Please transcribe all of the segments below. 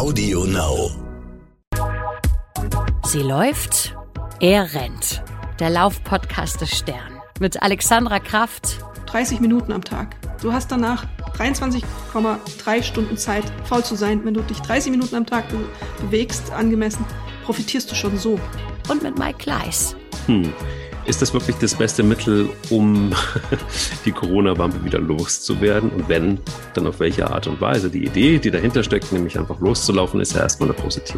Audio Now. Sie läuft, er rennt. Der Lauf-Podcast des Stern mit Alexandra Kraft. 30 Minuten am Tag. Du hast danach 23,3 Stunden Zeit, faul zu sein. Wenn du dich 30 Minuten am Tag bewegst, angemessen, profitierst du schon so. Und mit Mike Kleiss. Ist das wirklich das beste Mittel, um die Corona-Wampe wieder loszuwerden? Und wenn, dann auf welche Art und Weise? Die Idee, die dahinter steckt, nämlich einfach loszulaufen, ist ja erstmal eine positive.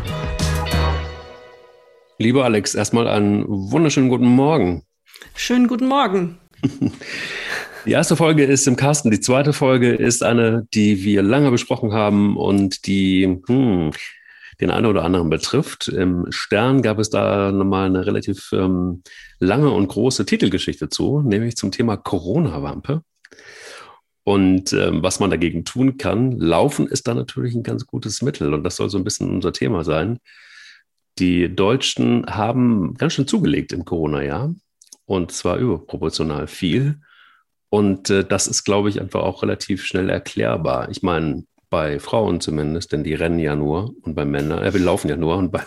Lieber Alex, erstmal einen wunderschönen guten Morgen. Schönen guten Morgen. Die erste Folge ist im Kasten. Die zweite Folge ist eine, die wir lange besprochen haben und die den einen oder anderen betrifft. Im Stern gab es da nochmal eine relativ lange und große Titelgeschichte zu, nämlich zum Thema Corona-Wampe. Und was man dagegen tun kann. Laufen ist da natürlich ein ganz gutes Mittel und das soll so ein bisschen unser Thema sein. Die Deutschen haben ganz schön zugelegt im Corona-Jahr und zwar überproportional viel. Und das ist, glaube ich, einfach auch relativ schnell erklärbar. Ich meine, bei Frauen zumindest, denn die rennen ja nur und bei Männern, wir laufen ja nur und bei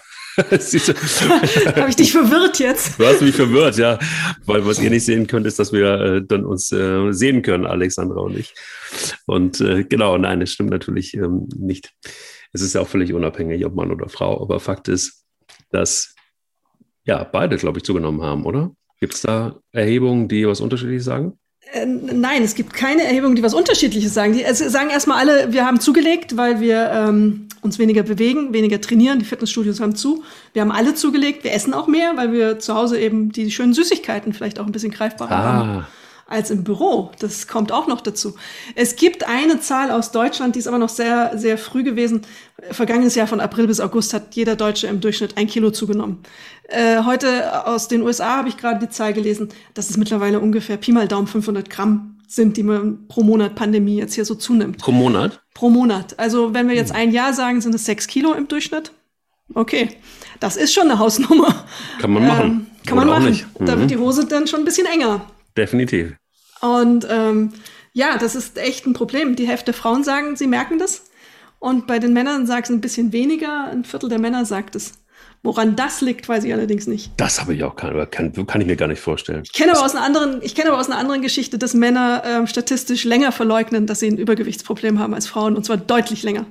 Habe ich dich verwirrt jetzt? Du hast mich verwirrt, ja, weil was ihr nicht sehen könnt, ist, dass wir dann uns sehen können, Alexandra und ich. Und genau, nein, das stimmt natürlich nicht. Es ist ja auch völlig unabhängig, ob Mann oder Frau, aber Fakt ist, dass ja beide, glaube ich, zugenommen haben, oder? Gibt es da Erhebungen, die was Unterschiedliches sagen? Nein, es gibt keine Erhebungen, die was Unterschiedliches sagen. Die sagen erstmal alle, wir haben zugelegt, weil wir uns weniger bewegen, weniger trainieren. Die Fitnessstudios haben zu. Wir haben alle zugelegt. Wir essen auch mehr, weil wir zu Hause eben die schönen Süßigkeiten vielleicht auch ein bisschen greifbarer haben als im Büro. Das kommt auch noch dazu. Es gibt eine Zahl aus Deutschland, die ist aber noch sehr, sehr früh gewesen. Vergangenes Jahr von April bis August hat jeder Deutsche im Durchschnitt 1 Kilo zugenommen. Heute aus den USA habe ich gerade die Zahl gelesen, dass es mittlerweile ungefähr Pi mal Daumen 500 Gramm sind, die man pro Monat Pandemie jetzt hier so zunimmt. Pro Monat? Pro Monat. Also wenn wir jetzt ein Jahr sagen, sind es 6 Kilo im Durchschnitt. Okay, das ist schon eine Hausnummer. Kann man machen. Kann man machen. Da wird die Hose dann schon ein bisschen enger. Definitiv. Und ja, das ist echt ein Problem. Die Hälfte der Frauen sagen, sie merken das. Und bei den Männern sagt es ein bisschen weniger. Ein Viertel der Männer sagt es. Woran das liegt, weiß ich allerdings nicht. Das habe ich auch kann ich mir gar nicht vorstellen. Ich kenne aber aus einer anderen Geschichte, dass Männer statistisch länger verleugnen, dass sie ein Übergewichtsproblem haben als Frauen. Und zwar deutlich länger.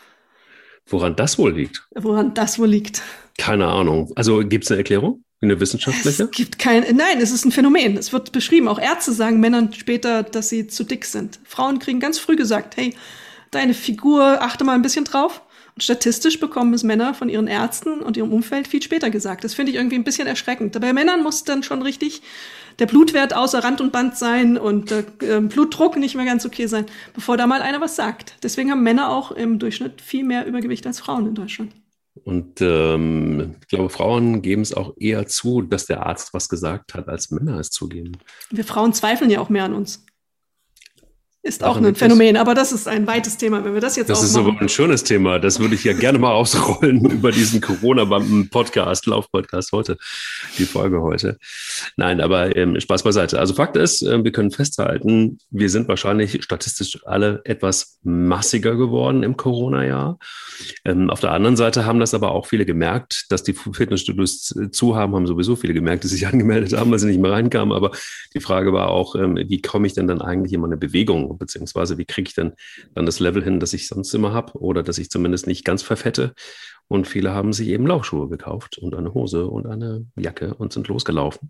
Woran das wohl liegt? Woran das wohl liegt? Keine Ahnung. Also gibt es eine Erklärung? Eine wissenschaftliche? Nein, es ist ein Phänomen. Es wird beschrieben. Auch Ärzte sagen Männern später, dass sie zu dick sind. Frauen kriegen ganz früh gesagt, hey, deine Figur, achte mal ein bisschen drauf. Und statistisch bekommen es Männer von ihren Ärzten und ihrem Umfeld viel später gesagt. Das finde ich irgendwie ein bisschen erschreckend. Bei Männern muss dann schon richtig der Blutwert außer Rand und Band sein und der Blutdruck nicht mehr ganz okay sein, bevor da mal einer was sagt. Deswegen haben Männer auch im Durchschnitt viel mehr Übergewicht als Frauen in Deutschland. Und ich glaube, Frauen geben es auch eher zu, dass der Arzt was gesagt hat, als Männer es zugeben. Wir Frauen zweifeln ja auch mehr an uns. Ist auch ein Phänomen, aber das ist ein weites Thema, wenn wir das jetzt aufmachen. Das ist aber ein schönes Thema, das würde ich ja gerne mal ausrollen über diesen Corona-Wampen-Podcast, Lauf-Podcast heute, die Folge heute. Nein, aber Spaß beiseite. Also Fakt ist, wir können festhalten, wir sind wahrscheinlich statistisch alle etwas massiger geworden im Corona-Jahr. Auf der anderen Seite haben das aber auch viele gemerkt, dass die Fitnessstudios zu haben sowieso viele gemerkt, die sich angemeldet haben, weil sie nicht mehr reinkamen. Aber die Frage war auch, wie komme ich denn dann eigentlich in meine Bewegung? Beziehungsweise wie kriege ich denn dann das Level hin, das ich sonst immer habe oder dass ich zumindest nicht ganz verfette. Und viele haben sich eben Laufschuhe gekauft und eine Hose und eine Jacke und sind losgelaufen.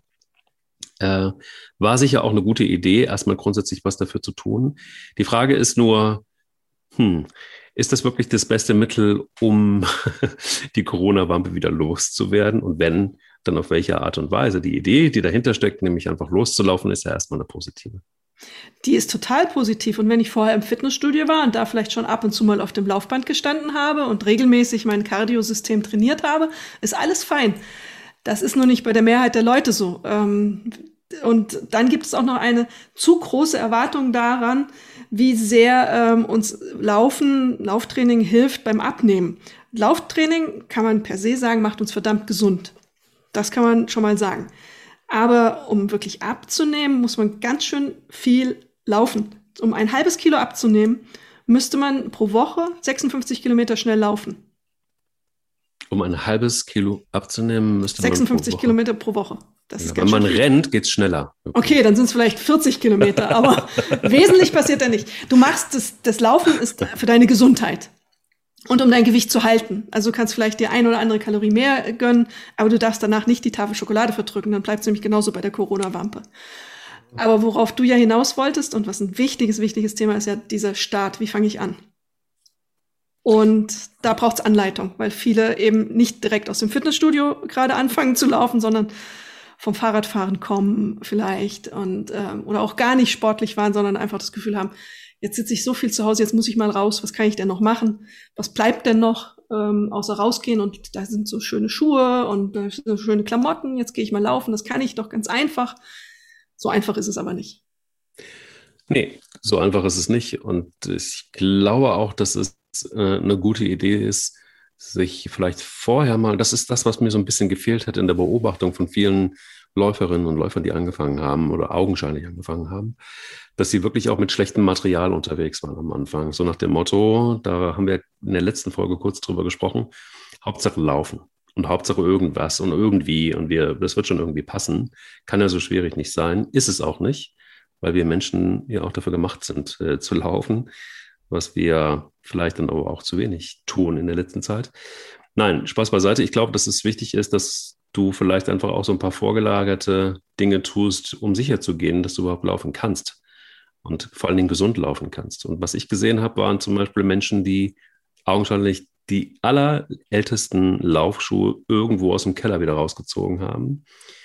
War sicher auch eine gute Idee, erstmal grundsätzlich was dafür zu tun. Die Frage ist nur, ist das wirklich das beste Mittel, um die Corona-Wampe wieder loszuwerden? Und wenn, dann auf welche Art und Weise? Die Idee, die dahinter steckt, nämlich einfach loszulaufen, ist ja erstmal eine positive. Die ist total positiv. Und wenn ich vorher im Fitnessstudio war und da vielleicht schon ab und zu mal auf dem Laufband gestanden habe und regelmäßig mein Cardiosystem trainiert habe, ist alles fein. Das ist nur nicht bei der Mehrheit der Leute so. Und dann gibt es auch noch eine zu große Erwartung daran, wie sehr uns Lauftraining hilft beim Abnehmen. Lauftraining, kann man per se sagen, macht uns verdammt gesund. Das kann man schon mal sagen. Aber um wirklich abzunehmen, muss man ganz schön viel laufen. Um ein halbes Kilo abzunehmen, müsste man pro Woche 56 Kilometer schnell laufen. Um ein halbes Kilo abzunehmen, müsste man 56 Kilometer pro Woche. Das ist wenn man rennt, geht's schneller. Okay, dann sind es vielleicht 40 Kilometer, aber wesentlich passiert da nicht. Du machst das Laufen ist für deine Gesundheit und um dein Gewicht zu halten. Also du kannst vielleicht dir 1 oder andere Kalorie mehr gönnen, aber du darfst danach nicht die Tafel Schokolade verdrücken, dann bleibt es nämlich genauso bei der Corona-Wampe. Aber worauf du ja hinaus wolltest und was ein wichtiges Thema ist ja dieser Start. Wie fange ich an? Und da braucht es Anleitung, weil viele eben nicht direkt aus dem Fitnessstudio gerade anfangen zu laufen, sondern vom Fahrradfahren kommen vielleicht und oder auch gar nicht sportlich waren, sondern einfach das Gefühl haben, jetzt sitze ich so viel zu Hause, jetzt muss ich mal raus, was kann ich denn noch machen? Was bleibt denn noch, außer rausgehen? Und da sind so schöne Schuhe und so schöne Klamotten, jetzt gehe ich mal laufen, das kann ich doch ganz einfach. So einfach ist es aber nicht. Nee, so einfach ist es nicht. Und ich glaube auch, dass es eine gute Idee ist, sich vielleicht vorher mal, das ist das, was mir so ein bisschen gefehlt hat in der Beobachtung von vielen Läuferinnen und Läufern, die angefangen haben oder augenscheinlich angefangen haben, dass sie wirklich auch mit schlechtem Material unterwegs waren am Anfang. So nach dem Motto, da haben wir in der letzten Folge kurz drüber gesprochen, Hauptsache laufen und Hauptsache irgendwas und irgendwie und das wird schon irgendwie passen. Kann ja so schwierig nicht sein, ist es auch nicht, weil wir Menschen ja auch dafür gemacht sind, zu laufen, was wir vielleicht dann aber auch zu wenig tun in der letzten Zeit. Nein, Spaß beiseite. Ich glaube, dass es wichtig ist, dass du vielleicht einfach auch so ein paar vorgelagerte Dinge tust, um sicher zu gehen, dass du überhaupt laufen kannst und vor allen Dingen gesund laufen kannst. Und was ich gesehen habe, waren zum Beispiel Menschen, die augenscheinlich die allerältesten Laufschuhe irgendwo aus dem Keller wieder rausgezogen haben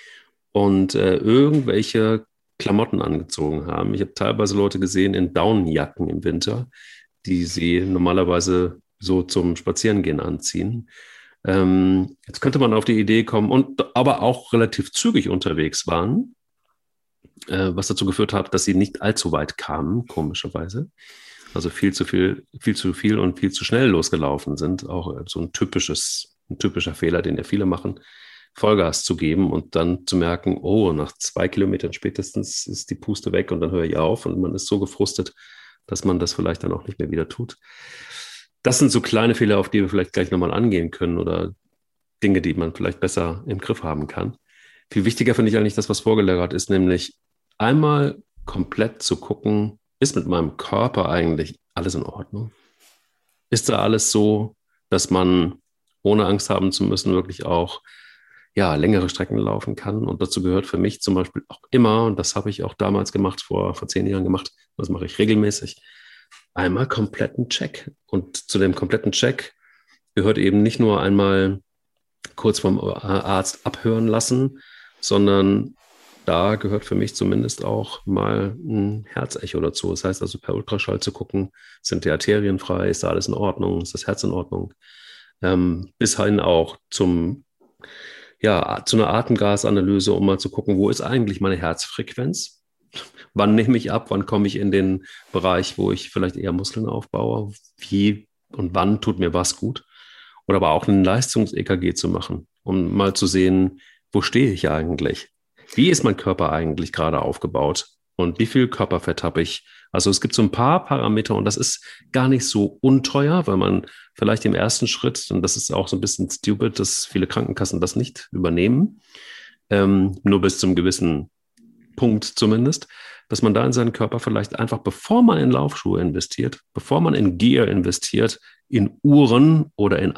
und irgendwelche Klamotten angezogen haben. Ich habe teilweise Leute gesehen in Daunenjacken im Winter, die sie normalerweise so zum Spazierengehen anziehen. Jetzt könnte man auf die Idee kommen und aber auch relativ zügig unterwegs waren, was dazu geführt hat, dass sie nicht allzu weit kamen, komischerweise. Also viel zu viel und viel zu schnell losgelaufen sind. Auch so ein typischer Fehler, den ja viele machen, Vollgas zu geben und dann zu merken, oh, nach 2 Kilometern spätestens ist die Puste weg und dann höre ich auf und man ist so gefrustet, dass man das vielleicht dann auch nicht mehr wieder tut. Das sind so kleine Fehler, auf die wir vielleicht gleich nochmal angehen können oder Dinge, die man vielleicht besser im Griff haben kann. Viel wichtiger finde ich eigentlich das, was vorgelagert ist, nämlich einmal komplett zu gucken, ist mit meinem Körper eigentlich alles in Ordnung? Ist da alles so, dass man ohne Angst haben zu müssen wirklich auch längere Strecken laufen kann? Und dazu gehört für mich zum Beispiel auch immer, und das habe ich auch damals gemacht, vor 10 Jahren gemacht, das mache ich regelmäßig, einmal kompletten Check. Und zu dem kompletten Check gehört eben nicht nur einmal kurz vom Arzt abhören lassen, sondern da gehört für mich zumindest auch mal ein Herzecho dazu. Das heißt also per Ultraschall zu gucken, sind die Arterien frei, ist da alles in Ordnung, ist das Herz in Ordnung? Bis hin auch zu einer Atemgasanalyse, um mal zu gucken, wo ist eigentlich meine Herzfrequenz? Wann nehme ich ab? Wann komme ich in den Bereich, wo ich vielleicht eher Muskeln aufbaue? Wie und wann tut mir was gut? Oder aber auch ein Leistungs-EKG zu machen, um mal zu sehen, wo stehe ich eigentlich? Wie ist mein Körper eigentlich gerade aufgebaut? Und wie viel Körperfett habe ich? Also es gibt so ein paar Parameter und das ist gar nicht so unteuer, weil man vielleicht im ersten Schritt, und das ist auch so ein bisschen stupid, dass viele Krankenkassen das nicht übernehmen, nur bis zum gewissen Punkt zumindest, dass man da in seinen Körper vielleicht einfach, bevor man in Laufschuhe investiert, bevor man in Gear investiert, in Uhren oder in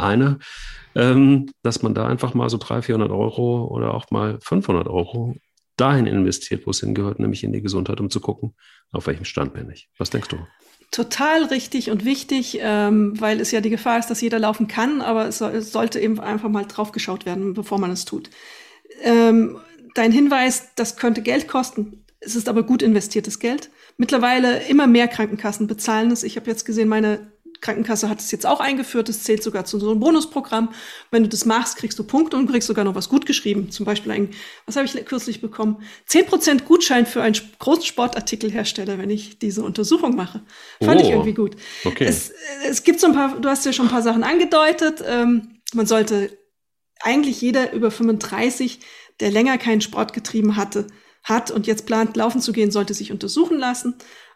dass man da einfach mal so 300-400 Euro oder auch mal 500 Euro dahin investiert, wo es hingehört, nämlich in die Gesundheit, um zu gucken, auf welchem Stand bin ich. Was denkst du? Total richtig und wichtig, weil es ja die Gefahr ist, dass jeder laufen kann, aber es sollte eben einfach mal drauf geschaut werden, bevor man es tut. Dein Hinweis, das könnte Geld kosten, es ist aber gut investiertes Geld. Mittlerweile immer mehr Krankenkassen bezahlen es. Ich habe jetzt gesehen, meine Krankenkasse hat es jetzt auch eingeführt, das zählt sogar zu so einem Bonusprogramm. Wenn du das machst, kriegst du Punkte und kriegst sogar noch was gut geschrieben. Zum Beispiel was habe ich kürzlich bekommen? 10% Gutschein für einen großen Sportartikelhersteller, wenn ich diese Untersuchung mache. Fand ich irgendwie gut. Okay. Es gibt so ein paar, du hast ja schon ein paar Sachen angedeutet. Man sollte eigentlich jeder über 35, der länger keinen Sport getrieben hat und jetzt plant, laufen zu gehen, sollte sich untersuchen lassen.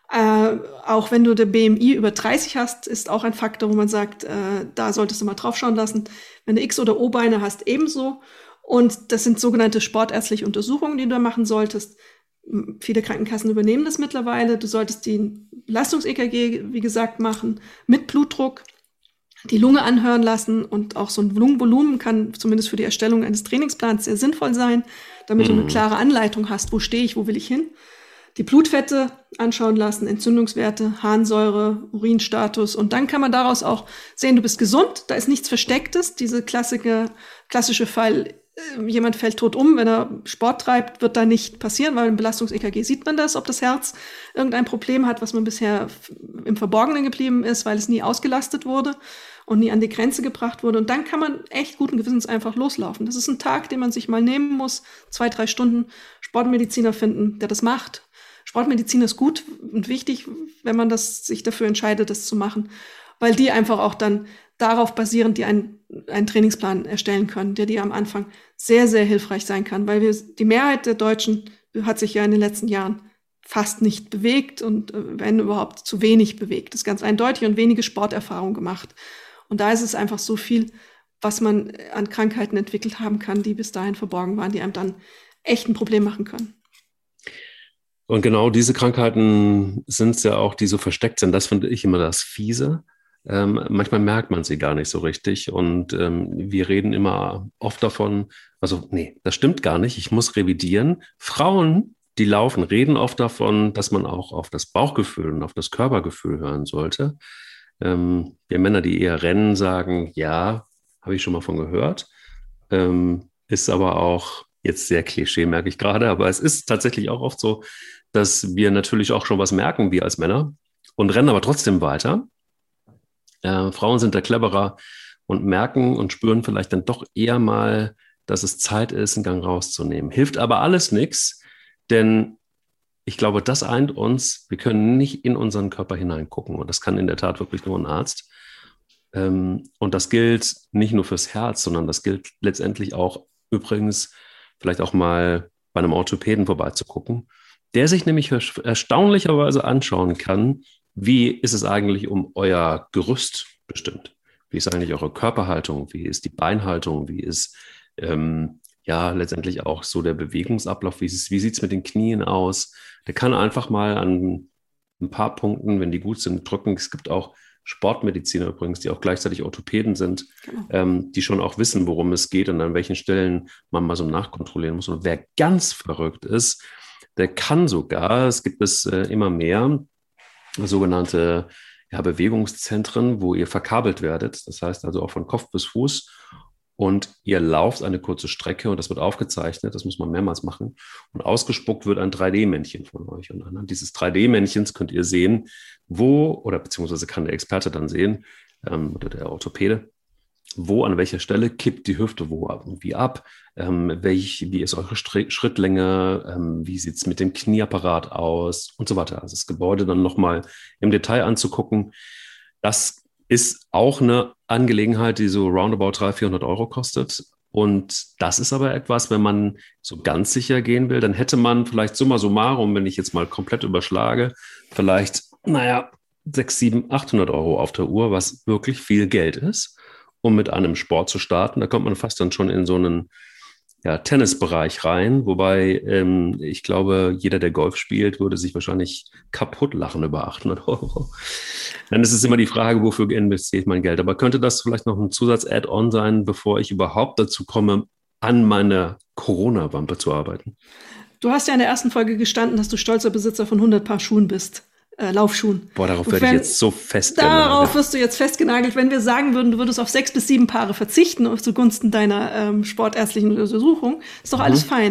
Auch wenn du der BMI über 30 hast, ist auch ein Faktor, wo man sagt, da solltest du mal drauf schauen lassen. Wenn du X- oder O-Beine hast, ebenso. Und das sind sogenannte sportärztliche Untersuchungen, die du da machen solltest. Viele Krankenkassen übernehmen das mittlerweile. Du solltest die Belastungs-EKG, wie gesagt, machen, mit Blutdruck, die Lunge anhören lassen. Und auch so ein Lungenvolumen kann zumindest für die Erstellung eines Trainingsplans sehr sinnvoll sein, damit du eine klare Anleitung hast, wo stehe ich, wo will ich hin. Die Blutfette anschauen lassen, Entzündungswerte, Harnsäure, Urinstatus. Und dann kann man daraus auch sehen, du bist gesund, da ist nichts Verstecktes. Diese klassische Fall, jemand fällt tot um, wenn er Sport treibt, wird da nicht passieren, weil im Belastungs-EKG sieht man das, ob das Herz irgendein Problem hat, was man bisher im Verborgenen geblieben ist, weil es nie ausgelastet wurde und nie an die Grenze gebracht wurde. Und dann kann man echt guten Gewissens einfach loslaufen. Das ist ein Tag, den man sich mal nehmen muss, 2-3 Stunden Sportmediziner finden, der das macht. Sportmedizin ist gut und wichtig, wenn man sich dafür entscheidet, das zu machen, weil die einfach auch dann darauf basierend, die einen Trainingsplan erstellen können, der dir am Anfang sehr, sehr hilfreich sein kann, weil die Mehrheit der Deutschen hat sich ja in den letzten Jahren fast nicht bewegt und wenn überhaupt zu wenig bewegt. Das ist ganz eindeutig und wenige Sporterfahrung gemacht. Und da ist es einfach so viel, was man an Krankheiten entwickelt haben kann, die bis dahin verborgen waren, die einem dann echt ein Problem machen können. Und genau diese Krankheiten sind es ja auch, die so versteckt sind. Das finde ich immer das Fiese. Manchmal merkt man sie gar nicht so richtig. Und wir reden immer oft davon, also nee, das stimmt gar nicht. Ich muss revidieren. Frauen, die laufen, reden oft davon, dass man auch auf das Bauchgefühl und auf das Körpergefühl hören sollte. Wir Männer, die eher rennen, sagen, ja, habe ich schon mal von gehört. Ist aber auch jetzt sehr Klischee, merke ich gerade. Aber es ist tatsächlich auch oft so, dass wir natürlich auch schon was merken, wir als Männer, und rennen aber trotzdem weiter. Frauen sind da cleverer und merken und spüren vielleicht dann doch eher mal, dass es Zeit ist, einen Gang rauszunehmen. Hilft aber alles nichts, denn ich glaube, das eint uns. Wir können nicht in unseren Körper hineingucken und das kann in der Tat wirklich nur ein Arzt. Und das gilt nicht nur fürs Herz, sondern das gilt letztendlich auch übrigens vielleicht auch mal bei einem Orthopäden vorbeizugucken, der sich nämlich erstaunlicherweise anschauen kann, wie ist es eigentlich um euer Gerüst bestimmt? Wie ist eigentlich eure Körperhaltung? Wie ist die Beinhaltung? Wie ist letztendlich auch so der Bewegungsablauf? Wie sieht es mit den Knien aus? Der kann einfach mal an ein paar Punkten, wenn die gut sind, drücken. Es gibt auch Sportmediziner übrigens, die auch gleichzeitig Orthopäden sind, die schon auch wissen, worum es geht und an welchen Stellen man mal so nachkontrollieren muss. Und wer ganz verrückt ist, der kann sogar, es gibt es immer mehr, sogenannte Bewegungszentren, wo ihr verkabelt werdet. Das heißt also auch von Kopf bis Fuß. Und ihr lauft eine kurze Strecke und das wird aufgezeichnet. Das muss man mehrmals machen. Und ausgespuckt wird ein 3D-Männchen von euch. Und anhand dieses 3D-Männchens könnt ihr sehen, beziehungsweise kann der Experte dann sehen, oder der Orthopäde, wo, an welcher Stelle kippt die Hüfte wo und wie ab, wie ist eure Schrittlänge, wie sieht es mit dem Knieapparat aus und so weiter. Also das Gebäude dann nochmal im Detail anzugucken. Das ist auch eine Angelegenheit, die so roundabout 300-400 € kostet. Und das ist aber etwas, wenn man so ganz sicher gehen will, dann hätte man vielleicht summa summarum, wenn ich jetzt mal komplett überschlage, vielleicht, 600, 700, 800 € auf der Uhr, was wirklich viel Geld ist, um mit einem Sport zu starten. Da kommt man fast dann schon in so einen Tennisbereich rein, wobei ich glaube, jeder, der Golf spielt, würde sich wahrscheinlich kaputt lachen über 800 €. Dann ist es immer die Frage, wofür investiere ich mein Geld. Aber könnte das vielleicht noch ein Zusatz-Add-on sein, bevor ich überhaupt dazu komme, an meiner Corona-Wampe zu arbeiten? Du hast ja in der ersten Folge gestanden, dass du stolzer Besitzer von 100 Paar Schuhen bist. Laufschuhen. Boah, darauf werde ich jetzt so festgenagelt. Darauf wirst du jetzt festgenagelt. Wenn wir sagen würden, du würdest auf 6 bis 7 Paare verzichten zugunsten deiner sportärztlichen Untersuchung, ist doch alles fein.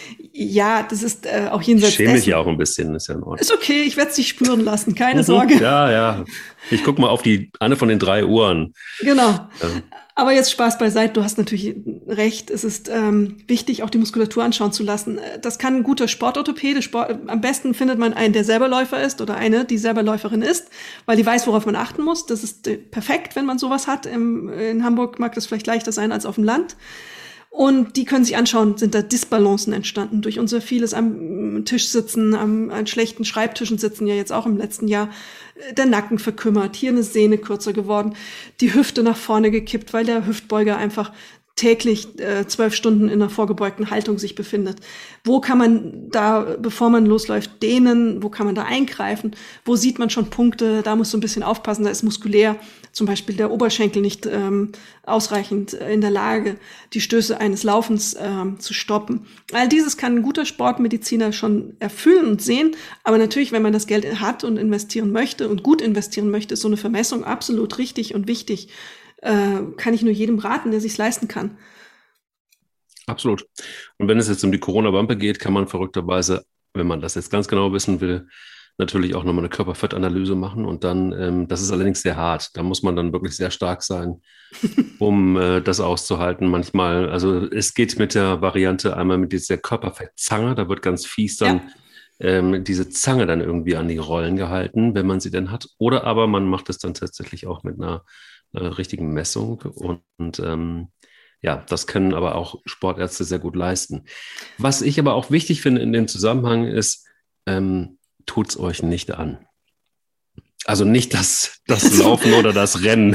Ja, das ist auch jenseits dessen. Ich schäme mich ja auch ein bisschen, ist ja in Ordnung. Ist okay, ich werde es dich spüren lassen, keine Sorge. Ja. Ich gucke mal auf eine von den 3 Uhren. Genau. Aber jetzt Spaß beiseite, du hast natürlich recht. Es ist wichtig, auch die Muskulatur anschauen zu lassen. Das kann ein guter Sportorthopäde. Am besten findet man einen, der selber Läufer ist oder eine, die selber Läuferin ist, weil die weiß, worauf man achten muss. Das ist perfekt, wenn man sowas hat. In Hamburg mag das vielleicht leichter sein als auf dem Land. Und die können sich anschauen, sind da Disbalancen entstanden durch unser vieles am Tisch sitzen, an schlechten Schreibtischen sitzen, ja jetzt auch im letzten Jahr. Der Nacken verkümmert, hier eine Sehne kürzer geworden, die Hüfte nach vorne gekippt, weil der Hüftbeuger einfach täglich 12 Stunden in einer vorgebeugten Haltung sich befindet. Wo kann man da, bevor man losläuft, dehnen? Wo kann man da eingreifen? Wo sieht man schon Punkte? Da muss so ein bisschen aufpassen. Da ist muskulär zum Beispiel der Oberschenkel nicht ausreichend in der Lage, die Stöße eines Laufens zu stoppen. All dieses kann ein guter Sportmediziner schon erfüllen und sehen. Aber natürlich, wenn man das Geld hat und investieren möchte und gut investieren möchte, ist so eine Vermessung absolut richtig und wichtig. Kann ich nur jedem raten, der sich's leisten kann. Absolut. Und wenn es jetzt um die Corona-Wampe geht, kann man verrückterweise, wenn man das jetzt ganz genau wissen will, natürlich auch nochmal eine Körperfettanalyse machen. Und dann, das ist allerdings sehr hart. Da muss man dann wirklich sehr stark sein, um das auszuhalten. Manchmal, also es geht mit der Variante einmal mit dieser Körperfettzange, da wird ganz fies dann diese Zange dann irgendwie an die Rollen gehalten, wenn man sie denn hat. Oder aber man macht es dann tatsächlich auch mit einer richtigen Messung und ja, das können aber auch Sportärzte sehr gut leisten. Was ich aber auch wichtig finde in dem Zusammenhang ist, tut's euch nicht an. Also nicht das Laufen oder das Rennen,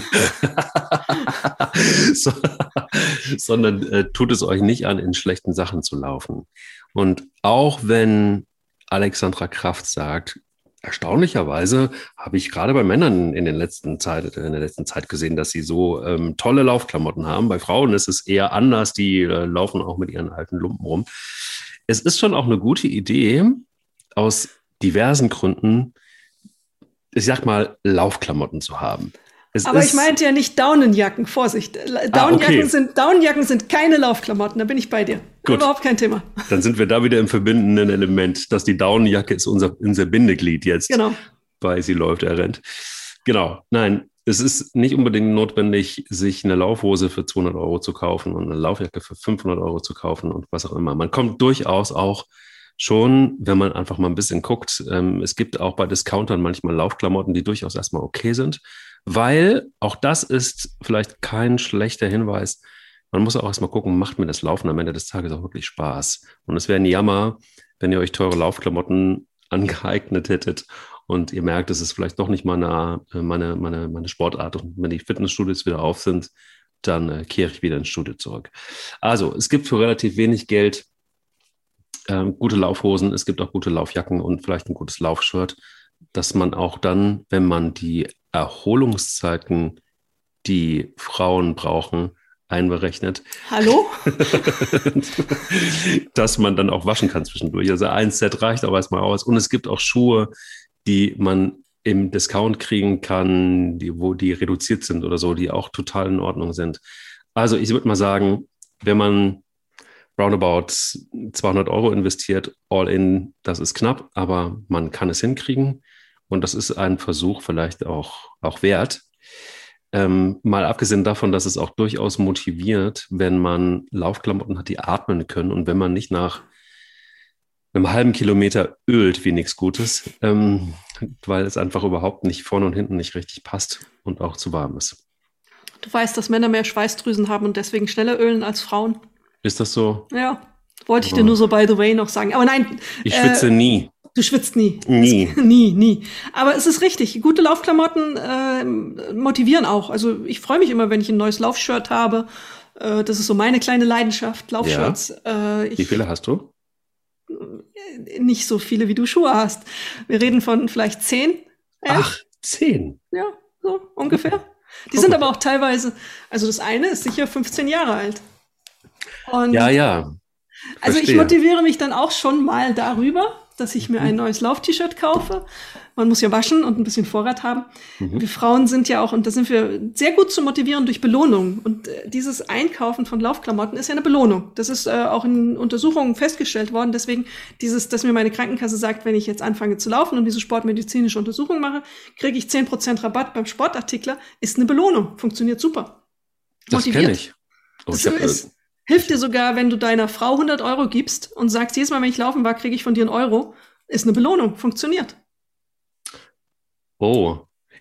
sondern tut es euch nicht an, in schlechten Sachen zu laufen. Und auch wenn Alexandra Kraft sagt, erstaunlicherweise habe ich gerade bei Männern in der letzten Zeit gesehen, dass sie so tolle Laufklamotten haben. Bei Frauen ist es eher anders, die laufen auch mit ihren alten Lumpen rum. Es ist schon auch eine gute Idee, aus diversen Gründen, ich sag mal, Laufklamotten zu haben. Aber ich meinte ja nicht Daunenjacken, Vorsicht. Daunenjacken sind keine Laufklamotten, da bin ich bei dir. Gut. Überhaupt kein Thema. Dann sind wir da wieder im verbindenden Element, dass die Daunenjacke ist unser Bindeglied jetzt. Genau. Weil sie läuft, er rennt. Genau, nein, es ist nicht unbedingt notwendig, sich eine Laufhose für 200 € zu kaufen und eine Laufjacke für 500 € zu kaufen und was auch immer. Man kommt durchaus auch schon, wenn man einfach mal ein bisschen guckt. Es gibt auch bei Discountern manchmal Laufklamotten, die durchaus erstmal okay sind. Weil, auch das ist vielleicht kein schlechter Hinweis, man muss auch erstmal gucken, macht mir das Laufen am Ende des Tages auch wirklich Spaß? Und es wäre ein Jammer, wenn ihr euch teure Laufklamotten angeeignet hättet und ihr merkt, es ist vielleicht doch nicht meine Sportart. Und wenn die Fitnessstudios wieder auf sind, dann kehre ich wieder ins Studio zurück. Also, es gibt für relativ wenig Geld gute Laufhosen, es gibt auch gute Laufjacken und vielleicht ein gutes Laufshirt, dass man auch dann, wenn man die Erholungszeiten, die Frauen brauchen, einberechnet. Hallo? Dass man dann auch waschen kann zwischendurch. Also ein Set reicht auch erstmal aus. Und es gibt auch Schuhe, die man im Discount kriegen kann, wo die reduziert sind oder so, die auch total in Ordnung sind. Also ich würde mal sagen, wenn man roundabout 200 € investiert, all in, das ist knapp, aber man kann es hinkriegen. Und das ist ein Versuch vielleicht auch wert. Mal abgesehen davon, dass es auch durchaus motiviert, wenn man Laufklamotten hat, die atmen können und wenn man nicht nach einem halben Kilometer ölt wie nichts Gutes, weil es einfach überhaupt nicht vorne und hinten nicht richtig passt und auch zu warm ist. Du weißt, dass Männer mehr Schweißdrüsen haben und deswegen schneller ölen als Frauen. Ist das so? Ja, wollte ich dir nur so by the way noch sagen. Aber nein. Ich schwitze nie. Du schwitzt nie. Nie. Nie. Aber es ist richtig. Gute Laufklamotten motivieren auch. Also ich freue mich immer, wenn ich ein neues Laufshirt habe. Das ist so meine kleine Leidenschaft, Laufshirts. Ja. Wie viele hast du? Nicht so viele, wie du Schuhe hast. Wir reden von vielleicht 10. 11. Ach, 10? Ja, so ungefähr. Die sind aber auch teilweise, also das eine ist sicher 15 Jahre alt. Und ja. Also ich motiviere mich dann auch schon mal darüber, dass ich mir ein neues Lauf-T-Shirt kaufe. Man muss ja waschen und ein bisschen Vorrat haben. Wir Frauen sind ja auch, und da sind wir sehr gut zu motivieren durch Belohnung. Und dieses Einkaufen von Laufklamotten ist ja eine Belohnung. Das ist auch in Untersuchungen festgestellt worden. Deswegen dass mir meine Krankenkasse sagt, wenn ich jetzt anfange zu laufen und diese sportmedizinische Untersuchung mache, kriege ich 10% Rabatt beim Sportartikler, ist eine Belohnung. Funktioniert super. Das kenne ich. Hilft dir sogar, wenn du deiner Frau 100 € gibst und sagst, jedes Mal, wenn ich laufen war, kriege ich von dir 1 €. Ist eine Belohnung. Funktioniert. Oh,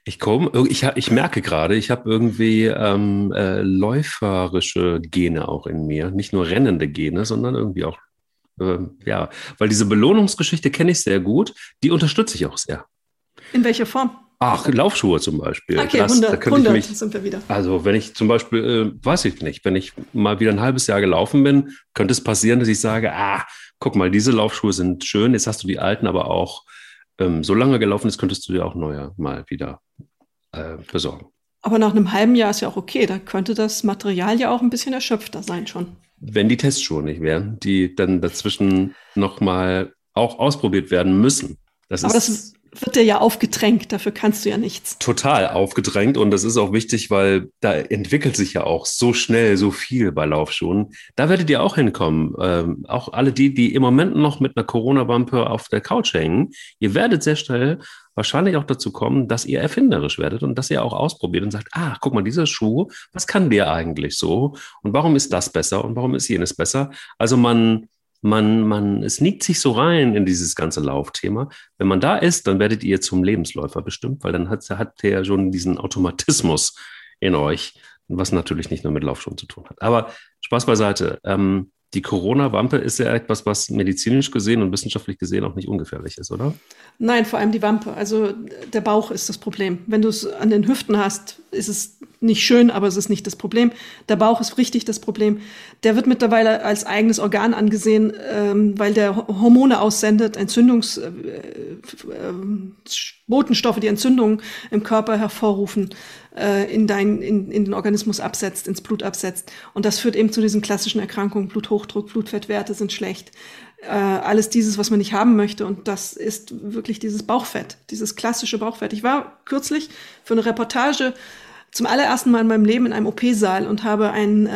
Ich merke gerade, ich habe irgendwie läuferische Gene auch in mir. Nicht nur rennende Gene, sondern irgendwie auch, ja, weil diese Belohnungsgeschichte kenne ich sehr gut. Die unterstütze ich auch sehr. In welcher Form? Ach, Laufschuhe zum Beispiel. Okay, Da 100 könnte ich mich, sind wir wieder. also wenn ich zum Beispiel, weiß ich nicht, wenn ich mal wieder ein halbes Jahr gelaufen bin, könnte es passieren, dass ich sage, guck mal, diese Laufschuhe sind schön, jetzt hast du die alten aber auch so lange gelaufen ist, könntest du dir auch neue mal wieder besorgen. Aber nach einem halben Jahr ist ja auch okay. Da könnte das Material ja auch ein bisschen erschöpfter sein schon. Wenn die Testschuhe nicht wären, die dann dazwischen nochmal auch ausprobiert werden müssen. Aber das wird dir ja aufgedrängt, dafür kannst du ja nichts. Total aufgedrängt und das ist auch wichtig, weil da entwickelt sich ja auch so schnell so viel bei Laufschuhen. Da werdet ihr auch hinkommen. Auch alle die im Moment noch mit einer Corona-Wampe auf der Couch hängen, ihr werdet sehr schnell wahrscheinlich auch dazu kommen, dass ihr erfinderisch werdet und dass ihr auch ausprobiert und sagt, guck mal, dieser Schuh, was kann der eigentlich so? Und warum ist das besser und warum ist jenes besser? Also es sneakt sich so rein in dieses ganze Laufthema. Wenn man da ist, dann werdet ihr zum Lebensläufer bestimmt, weil dann hat der ja schon diesen Automatismus in euch, was natürlich nicht nur mit Laufschuhen zu tun hat. Aber Spaß beiseite. Die Corona-Wampe ist ja etwas, was medizinisch gesehen und wissenschaftlich gesehen auch nicht ungefährlich ist, oder? Nein, vor allem die Wampe. Also der Bauch ist das Problem. Wenn du es an den Hüften hast, ist es nicht schön, aber es ist nicht das Problem. Der Bauch ist richtig das Problem. Der wird mittlerweile als eigenes Organ angesehen, weil der Hormone aussendet, Botenstoffe, die Entzündungen im Körper hervorrufen, in den Organismus absetzt, ins Blut absetzt. Und das führt eben zu diesen klassischen Erkrankungen. Bluthochdruck, Blutfettwerte sind schlecht. Alles dieses, was man nicht haben möchte. Und das ist wirklich dieses Bauchfett, dieses klassische Bauchfett. Ich war kürzlich für eine Reportage zum allerersten Mal in meinem Leben in einem OP-Saal und habe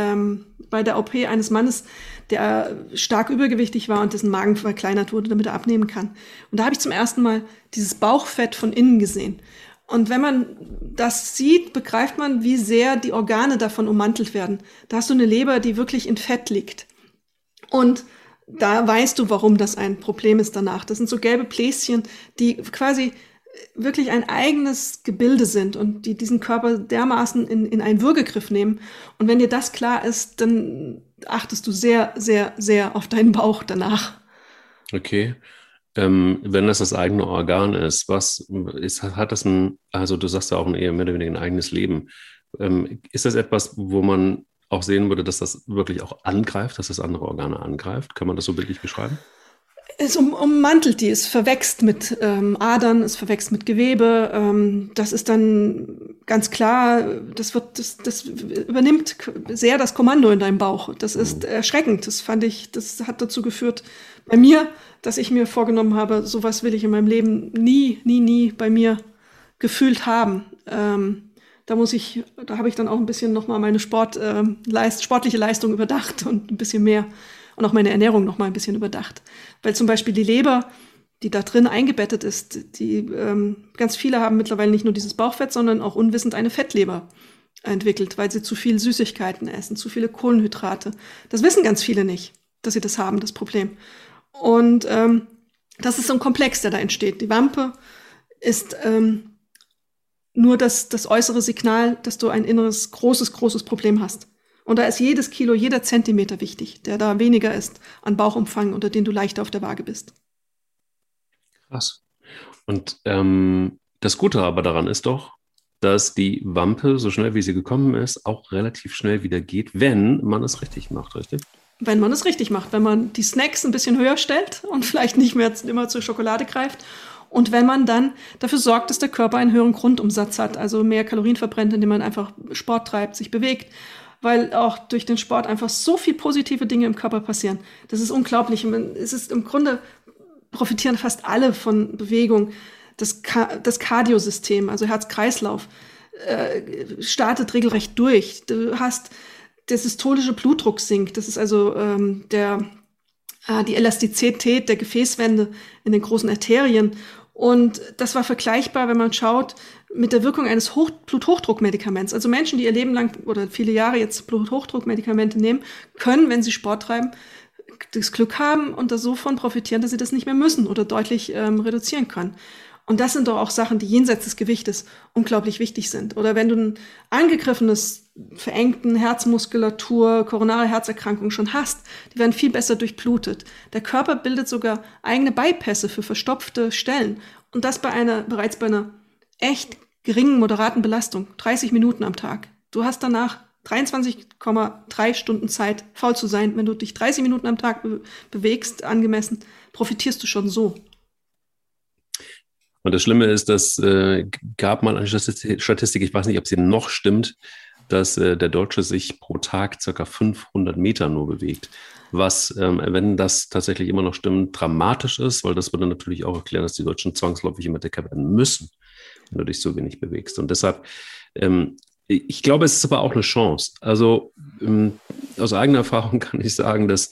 bei der OP eines Mannes, der stark übergewichtig war und dessen Magen verkleinert wurde, damit er abnehmen kann. Und da habe ich zum ersten Mal dieses Bauchfett von innen gesehen. Und wenn man das sieht, begreift man, wie sehr die Organe davon ummantelt werden. Da hast du eine Leber, die wirklich in Fett liegt. Und da weißt du, warum das ein Problem ist danach. Das sind so gelbe Bläschen, die quasi wirklich ein eigenes Gebilde sind und die diesen Körper dermaßen in einen Würgegriff nehmen. Und wenn dir das klar ist, dann achtest du sehr, sehr, sehr auf deinen Bauch danach. Okay. Wenn das eigene Organ ist, hat das also du sagst ja auch eher mehr oder weniger ein eigenes Leben. Ist das etwas, wo man auch sehen würde, dass das wirklich auch angreift, dass das andere Organe angreift? Kann man das so bildlich beschreiben? Es ummantelt die, es verwächst mit Adern, es verwächst mit Gewebe. Das ist dann ganz klar, das übernimmt sehr das Kommando in deinem Bauch. Das ist erschreckend. Das hat dazu geführt bei mir, dass ich mir vorgenommen habe, sowas will ich in meinem Leben nie bei mir gefühlt haben. Da habe ich dann auch ein bisschen nochmal meine sportliche Leistung überdacht und ein bisschen mehr. Und auch meine Ernährung noch mal ein bisschen überdacht. Weil zum Beispiel die Leber, die da drin eingebettet ist, ganz viele haben mittlerweile nicht nur dieses Bauchfett, sondern auch unwissend eine Fettleber entwickelt, weil sie zu viel Süßigkeiten essen, zu viele Kohlenhydrate. Das wissen ganz viele nicht, dass sie das haben, das Problem. Und das ist so ein Komplex, der da entsteht. Die Wampe ist nur das äußere Signal, dass du ein inneres, großes Problem hast. Und da ist jedes Kilo, jeder Zentimeter wichtig, der da weniger ist an Bauchumfang, unter den du leichter auf der Waage bist. Krass. Und das Gute aber daran ist doch, dass die Wampe, so schnell wie sie gekommen ist, auch relativ schnell wieder geht, wenn man es richtig macht, richtig? Wenn man es richtig macht, wenn man die Snacks ein bisschen höher stellt und vielleicht nicht mehr immer zur Schokolade greift. Und wenn man dann dafür sorgt, dass der Körper einen höheren Grundumsatz hat, also mehr Kalorien verbrennt, indem man einfach Sport treibt, sich bewegt, weil auch durch den Sport einfach so viel positive Dinge im Körper passieren. Das ist unglaublich. Es ist im Grunde profitieren fast alle von Bewegung. Das Kardiosystem, also Herz-Kreislauf, startet regelrecht durch. Du hast der systolische Blutdruck sinkt. Das ist also die Elastizität der Gefäßwände in den großen Arterien. Und das war vergleichbar, wenn man schaut, mit der Wirkung eines Bluthochdruckmedikaments. Also Menschen, die ihr Leben lang oder viele Jahre jetzt Bluthochdruckmedikamente nehmen, können, wenn sie Sport treiben, das Glück haben und da so von profitieren, dass sie das nicht mehr müssen oder deutlich reduzieren können. Und das sind doch auch Sachen, die jenseits des Gewichtes unglaublich wichtig sind. Oder wenn du ein angegriffenes, verengten Herzmuskulatur, koronare Herzerkrankung schon hast, die werden viel besser durchblutet. Der Körper bildet sogar eigene Bypässe für verstopfte Stellen. Und das bereits bei einer echt geringen, moderaten Belastung. 30 Minuten am Tag. Du hast danach 23,3 Stunden Zeit, faul zu sein. Wenn du dich 30 Minuten am Tag bewegst, angemessen, profitierst du schon so. Und das Schlimme ist, dass gab mal eine Statistik, ich weiß nicht, ob sie noch stimmt, dass der Deutsche sich pro Tag ca. 500 Meter nur bewegt. Was, wenn das tatsächlich immer noch stimmt, dramatisch ist, weil das würde natürlich auch erklären, dass die Deutschen zwangsläufig immer dicker werden müssen, wenn du dich so wenig bewegst. Und deshalb, ich glaube, es ist aber auch eine Chance. Also aus eigener Erfahrung kann ich sagen, dass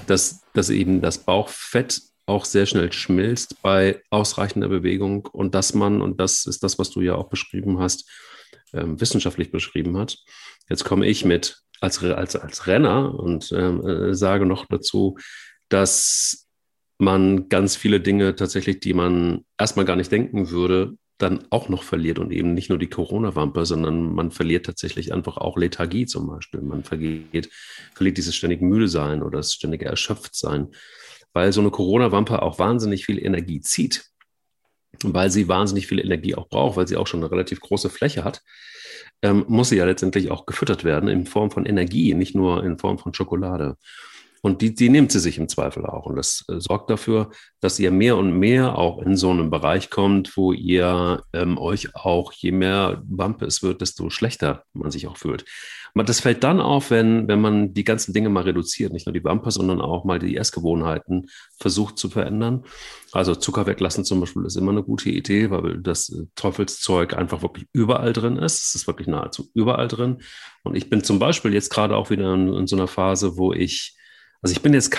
eben das Bauchfett auch sehr schnell schmilzt bei ausreichender Bewegung und dass man, und das ist das, was du ja auch beschrieben hast, wissenschaftlich beschrieben hat. Jetzt komme ich mit als Renner und sage noch dazu, dass man ganz viele Dinge tatsächlich, die man erstmal gar nicht denken würde, dann auch noch verliert und eben nicht nur die Corona-Wampe, sondern man verliert tatsächlich einfach auch Lethargie zum Beispiel. Man verliert dieses ständige Müdesein oder das ständige Erschöpftsein, weil so eine Corona-Wampe auch wahnsinnig viel Energie zieht, weil sie wahnsinnig viel Energie auch braucht, weil sie auch schon eine relativ große Fläche hat, muss sie ja letztendlich auch gefüttert werden in Form von Energie, nicht nur in Form von Schokolade. Und die nimmt sie sich im Zweifel auch. Und das sorgt dafür, dass ihr mehr und mehr auch in so einen Bereich kommt, wo ihr euch auch, je mehr Wampe es wird, desto schlechter man sich auch fühlt. Das fällt dann auf, wenn man die ganzen Dinge mal reduziert, nicht nur die Wampe, sondern auch mal die Essgewohnheiten versucht zu verändern. Also Zucker weglassen zum Beispiel ist immer eine gute Idee, weil das Teufelszeug einfach wirklich überall drin ist. Es ist wirklich nahezu überall drin. Und ich bin zum Beispiel jetzt gerade auch wieder in so einer Phase, wo ich bin jetzt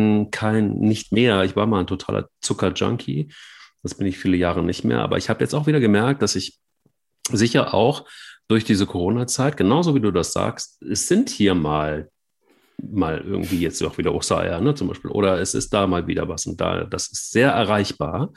nicht mehr, ich war mal ein totaler Zucker-Junkie, das bin ich viele Jahre nicht mehr, aber ich habe jetzt auch wieder gemerkt, dass ich sicher auch durch diese Corona-Zeit, genauso wie du das sagst, es sind hier mal irgendwie jetzt auch wieder Ostereier, ne, zum Beispiel, oder es ist da mal wieder was und da, das ist sehr erreichbar.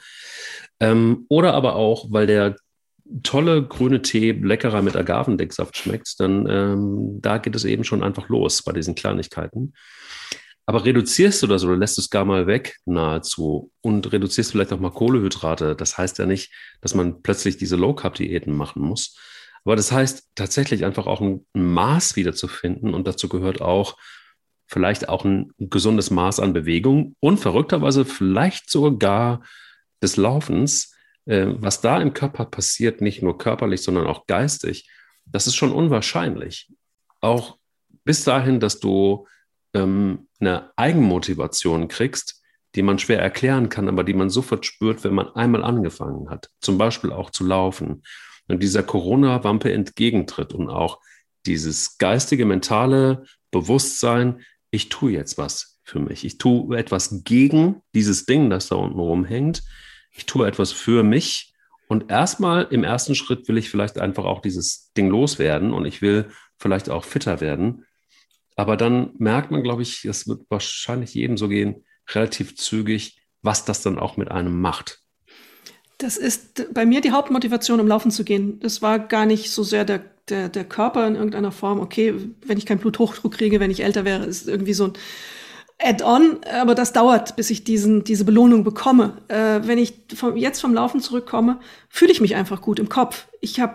Oder aber auch, weil der tolle grüne Tee leckerer mit Agavendicksaft schmeckt, dann da geht es eben schon einfach los bei diesen Kleinigkeiten. Aber reduzierst du das oder lässt du es gar mal weg nahezu und reduzierst vielleicht auch mal Kohlenhydrate. Das heißt ja nicht, dass man plötzlich diese Low-Carb-Diäten machen muss. Aber das heißt tatsächlich einfach auch ein Maß wiederzufinden und dazu gehört auch vielleicht auch ein gesundes Maß an Bewegung und verrückterweise vielleicht sogar des Laufens. Was da im Körper passiert, nicht nur körperlich, sondern auch geistig, das ist schon unwahrscheinlich. Auch bis dahin, dass du eine Eigenmotivation kriegst, die man schwer erklären kann, aber die man sofort spürt, wenn man einmal angefangen hat. Zum Beispiel auch zu laufen. Und dieser Corona-Wampe entgegentritt und auch dieses geistige, mentale Bewusstsein, ich tue jetzt was für mich. Ich tue etwas gegen dieses Ding, das da unten rumhängt. Ich tue etwas für mich. Und erstmal im ersten Schritt will ich vielleicht einfach auch dieses Ding loswerden und ich will vielleicht auch fitter werden. Aber dann merkt man, glaube ich, es wird wahrscheinlich jedem so gehen, relativ zügig, was das dann auch mit einem macht. Das ist bei mir die Hauptmotivation, um laufen zu gehen. Das war gar nicht so sehr der Körper in irgendeiner Form. Okay, wenn ich keinen Bluthochdruck kriege, wenn ich älter wäre, ist irgendwie so ein Add-on. Aber das dauert, bis ich diese Belohnung bekomme. Wenn ich jetzt vom Laufen zurückkomme, fühle ich mich einfach gut im Kopf.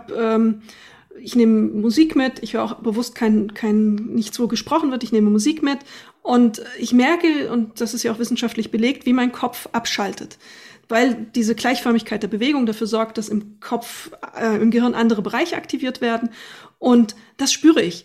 Ich nehme Musik mit, ich höre auch bewusst nichts, wo gesprochen wird, ich nehme Musik mit und ich merke, und das ist ja auch wissenschaftlich belegt, wie mein Kopf abschaltet, weil diese Gleichförmigkeit der Bewegung dafür sorgt, dass im Kopf, im Gehirn andere Bereiche aktiviert werden und das spüre ich.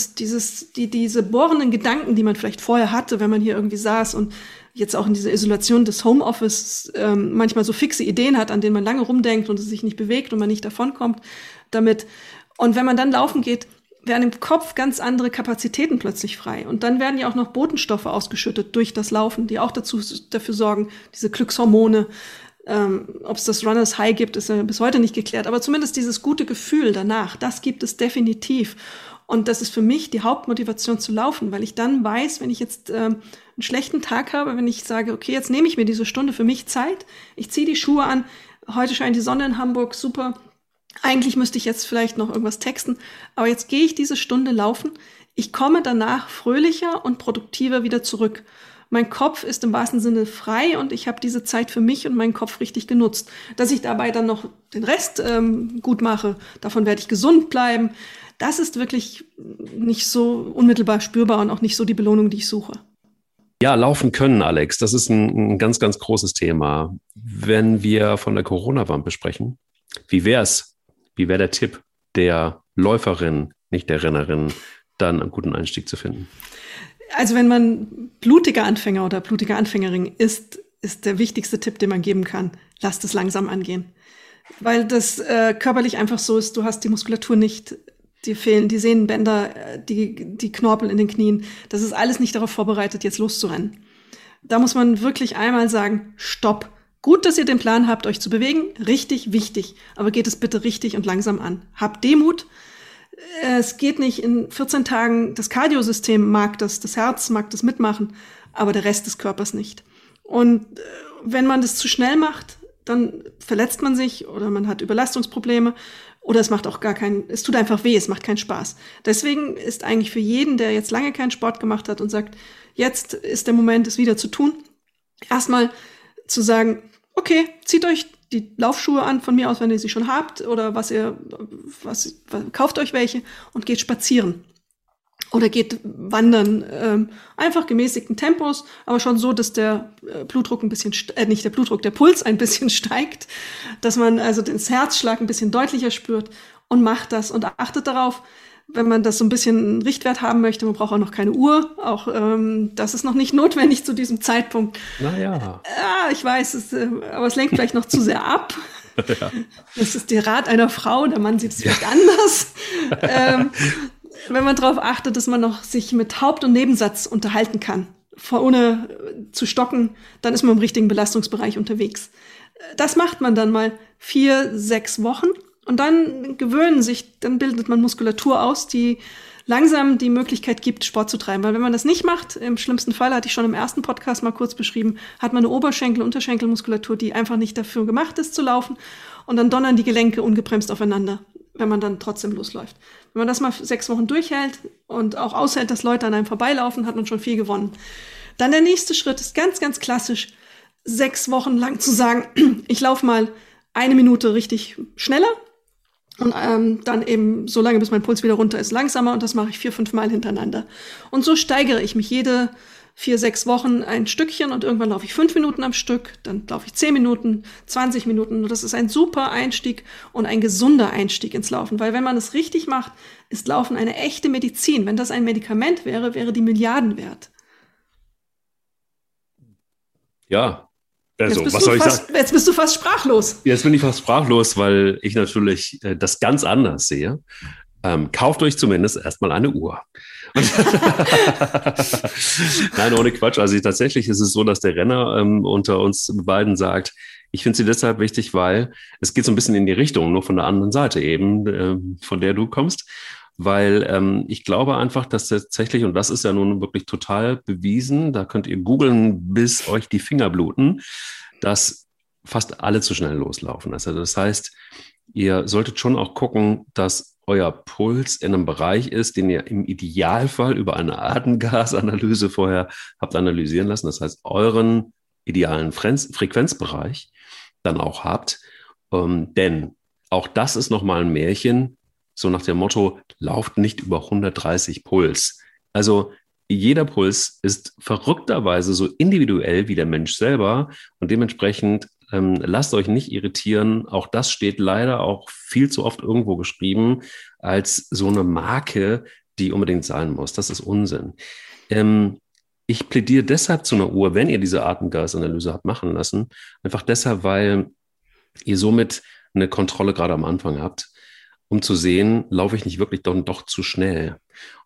Diese bohrenden Gedanken, die man vielleicht vorher hatte, wenn man hier irgendwie saß und jetzt auch in dieser Isolation des Homeoffice manchmal so fixe Ideen hat, an denen man lange rumdenkt und es sich nicht bewegt und man nicht davonkommt damit. Und wenn man dann laufen geht, werden im Kopf ganz andere Kapazitäten plötzlich frei. Und dann werden ja auch noch Botenstoffe ausgeschüttet durch das Laufen, die auch dafür sorgen, diese Glückshormone, ob es das Runners High gibt, ist ja bis heute nicht geklärt. Aber zumindest dieses gute Gefühl danach, das gibt es definitiv. Und das ist für mich die Hauptmotivation zu laufen, weil ich dann weiß, wenn ich jetzt einen schlechten Tag habe, wenn ich sage, okay, jetzt nehme ich mir diese Stunde für mich Zeit, ich ziehe die Schuhe an, heute scheint die Sonne in Hamburg, super. Eigentlich müsste ich jetzt vielleicht noch irgendwas texten, aber jetzt gehe ich diese Stunde laufen. Ich komme danach fröhlicher und produktiver wieder zurück. Mein Kopf ist im wahrsten Sinne frei und ich habe diese Zeit für mich und meinen Kopf richtig genutzt. Dass ich dabei dann noch den Rest gut mache, davon werde ich gesund bleiben. Das ist wirklich nicht so unmittelbar spürbar und auch nicht so die Belohnung, die ich suche. Ja, laufen können, Alex, das ist ein ganz, ganz großes Thema. Wenn wir von der Corona-Wampe sprechen, wie wäre der Tipp der Läuferin, nicht der Rennerin, dann einen guten Einstieg zu finden? Also wenn man blutiger Anfänger oder blutige Anfängerin ist der wichtigste Tipp, den man geben kann, lasst es langsam angehen. Weil das körperlich einfach so ist, du hast die Muskulatur nicht, dir fehlen die Sehnenbänder, die Knorpel in den Knien. Das ist alles nicht darauf vorbereitet, jetzt loszurennen. Da muss man wirklich einmal sagen, stopp. Gut, dass ihr den Plan habt, euch zu bewegen, richtig wichtig. Aber geht es bitte richtig und langsam an. Habt Demut. Es geht nicht in 14 Tagen, das Kardiosystem mag das Herz mag das mitmachen, aber der Rest des Körpers nicht. Und wenn man das zu schnell macht, dann verletzt man sich oder man hat Überlastungsprobleme oder es tut einfach weh, es macht keinen Spaß. Deswegen ist eigentlich für jeden, der jetzt lange keinen Sport gemacht hat und sagt, jetzt ist der Moment, es wieder zu tun, erstmal zu sagen, okay, zieht euch die Laufschuhe an, von mir aus, wenn ihr sie schon habt, oder kauft euch welche und geht spazieren. Oder geht wandern, einfach gemäßigten Tempos, aber schon so, dass der Blutdruck der Puls ein bisschen steigt, dass man also den Herzschlag ein bisschen deutlicher spürt und macht das und achtet darauf, wenn man das so ein bisschen einen Richtwert haben möchte, man braucht auch noch keine Uhr, auch das ist noch nicht notwendig zu diesem Zeitpunkt. Naja. Ja, ich weiß, aber es lenkt vielleicht noch zu sehr ab. Ja. Das ist der Rat einer Frau, der Mann sieht es vielleicht anders. Wenn man darauf achtet, dass man noch sich mit Haupt- und Nebensatz unterhalten kann, ohne zu stocken, dann ist man im richtigen Belastungsbereich unterwegs. Das macht man dann mal 4-6 Wochen und dann bildet man Muskulatur aus, die langsam die Möglichkeit gibt, Sport zu treiben. Weil wenn man das nicht macht, im schlimmsten Fall, hatte ich schon im ersten Podcast mal kurz beschrieben, hat man eine Oberschenkel-, Unterschenkelmuskulatur, die einfach nicht dafür gemacht ist zu laufen und dann donnern die Gelenke ungebremst aufeinander, wenn man dann trotzdem losläuft. Wenn man das mal 6 Wochen durchhält und auch aushält, dass Leute an einem vorbeilaufen, hat man schon viel gewonnen. Dann der nächste Schritt ist ganz, ganz klassisch, 6 Wochen lang zu sagen, ich laufe mal 1 Minute richtig schneller und dann eben so lange, bis mein Puls wieder runter ist, langsamer und das mache ich 4-5 Mal hintereinander. Und so steigere ich mich jede 4-6 Wochen ein Stückchen und irgendwann laufe ich 5 Minuten am Stück, dann laufe ich 10 Minuten, 20 Minuten. Und das ist ein super Einstieg und ein gesunder Einstieg ins Laufen. Weil wenn man es richtig macht, ist Laufen eine echte Medizin. Wenn das ein Medikament wäre, wäre die Milliarden wert. Ja, also was soll ich sagen? Jetzt bist du fast sprachlos. Jetzt bin ich fast sprachlos, weil ich natürlich das ganz anders sehe. Kauft euch zumindest erstmal eine Uhr. Nein, ohne Quatsch. Also tatsächlich ist es so, dass der Renner unter uns beiden sagt, ich finde sie deshalb wichtig, weil es geht so ein bisschen in die Richtung, nur von der anderen Seite eben, von der du kommst. Weil ich glaube einfach, dass tatsächlich, und das ist ja nun wirklich total bewiesen, da könnt ihr googeln, bis euch die Finger bluten, dass fast alle zu schnell loslaufen. Also das heißt, ihr solltet schon auch gucken, dass euer Puls in einem Bereich ist, den ihr im Idealfall über eine Atemgasanalyse vorher habt analysieren lassen. Das heißt, euren idealen Frequenzbereich dann auch habt. Denn auch das ist nochmal ein Märchen, so nach dem Motto, lauft nicht über 130 Puls. Also jeder Puls ist verrückterweise so individuell wie der Mensch selber und dementsprechend lasst euch nicht irritieren. Auch das steht leider auch viel zu oft irgendwo geschrieben als so eine Marke, die unbedingt sein muss. Das ist Unsinn. Ich plädiere deshalb zu einer Uhr, wenn ihr diese Atemgasanalyse habt machen lassen, einfach deshalb, weil ihr somit eine Kontrolle gerade am Anfang habt, um zu sehen, laufe ich nicht wirklich doch zu schnell.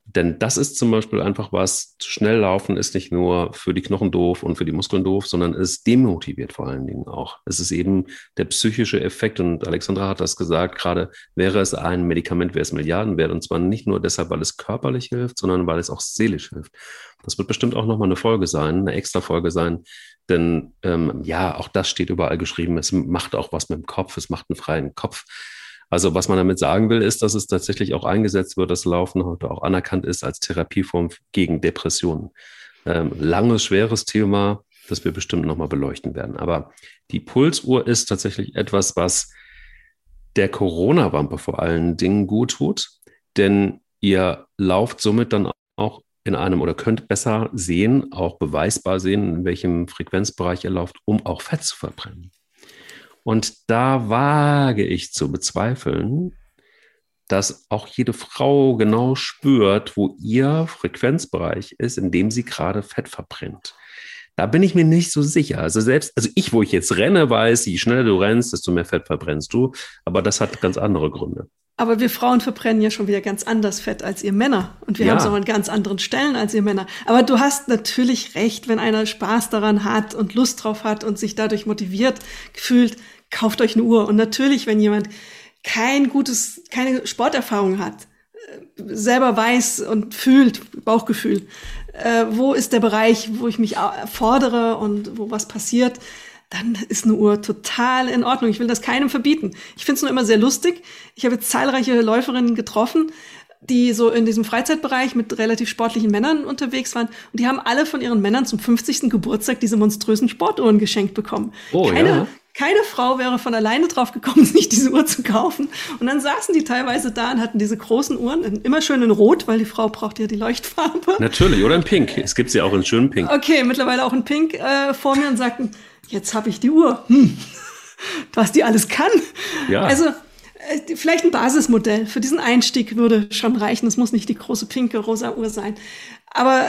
Denn das ist zum Beispiel einfach was, zu schnell laufen ist nicht nur für die Knochen doof und für die Muskeln doof, sondern es demotiviert vor allen Dingen auch. Es ist eben der psychische Effekt und Alexandra hat das gesagt, gerade wäre es ein Medikament, wäre es Milliardenwert und zwar nicht nur deshalb, weil es körperlich hilft, sondern weil es auch seelisch hilft. Das wird bestimmt auch nochmal eine Folge sein, eine extra Folge sein, denn auch das steht überall geschrieben, es macht auch was mit dem Kopf, es macht einen freien Kopf. Also was man damit sagen will, ist, dass es tatsächlich auch eingesetzt wird, dass Laufen heute auch anerkannt ist als Therapieform gegen Depressionen. Langes, schweres Thema, das wir bestimmt nochmal beleuchten werden. Aber die Pulsuhr ist tatsächlich etwas, was der Corona-Wampe vor allen Dingen gut tut, denn ihr lauft somit dann auch in einem oder könnt besser sehen, auch beweisbar sehen, in welchem Frequenzbereich ihr lauft, um auch Fett zu verbrennen. Und da wage ich zu bezweifeln, dass auch jede Frau genau spürt, wo ihr Frequenzbereich ist, in dem sie gerade Fett verbrennt. Da bin ich mir nicht so sicher. Also ich, wo ich jetzt renne, weiß, je schneller du rennst, desto mehr Fett verbrennst du. Aber das hat ganz andere Gründe. Aber wir Frauen verbrennen ja schon wieder ganz anders Fett als ihr Männer. Und wir haben es auch an ganz anderen Stellen als ihr Männer. Aber du hast natürlich recht, wenn einer Spaß daran hat und Lust drauf hat und sich dadurch motiviert fühlt, kauft euch eine Uhr. Und natürlich, wenn jemand keine Sporterfahrung hat, selber weiß und fühlt, Bauchgefühl, wo ist der Bereich, wo ich mich fordere und wo was passiert, dann ist eine Uhr total in Ordnung. Ich will das keinem verbieten. Ich finde es nur immer sehr lustig. Ich habe jetzt zahlreiche Läuferinnen getroffen, die so in diesem Freizeitbereich mit relativ sportlichen Männern unterwegs waren. Und die haben alle von ihren Männern zum 50. Geburtstag diese monströsen Sportuhren geschenkt bekommen. Keine Frau wäre von alleine drauf gekommen, sich diese Uhr zu kaufen. Und dann saßen die teilweise da und hatten diese großen Uhren, immer schön in Rot, weil die Frau braucht ja die Leuchtfarbe. Natürlich, oder in Pink. Es gibt sie auch in schönen Pink. Okay, mittlerweile auch in Pink vor mir und sagten, jetzt habe ich die Uhr. Was die alles kann. Ja. Also vielleicht ein Basismodell. Für diesen Einstieg würde schon reichen. Es muss nicht die große pinke rosa Uhr sein. Aber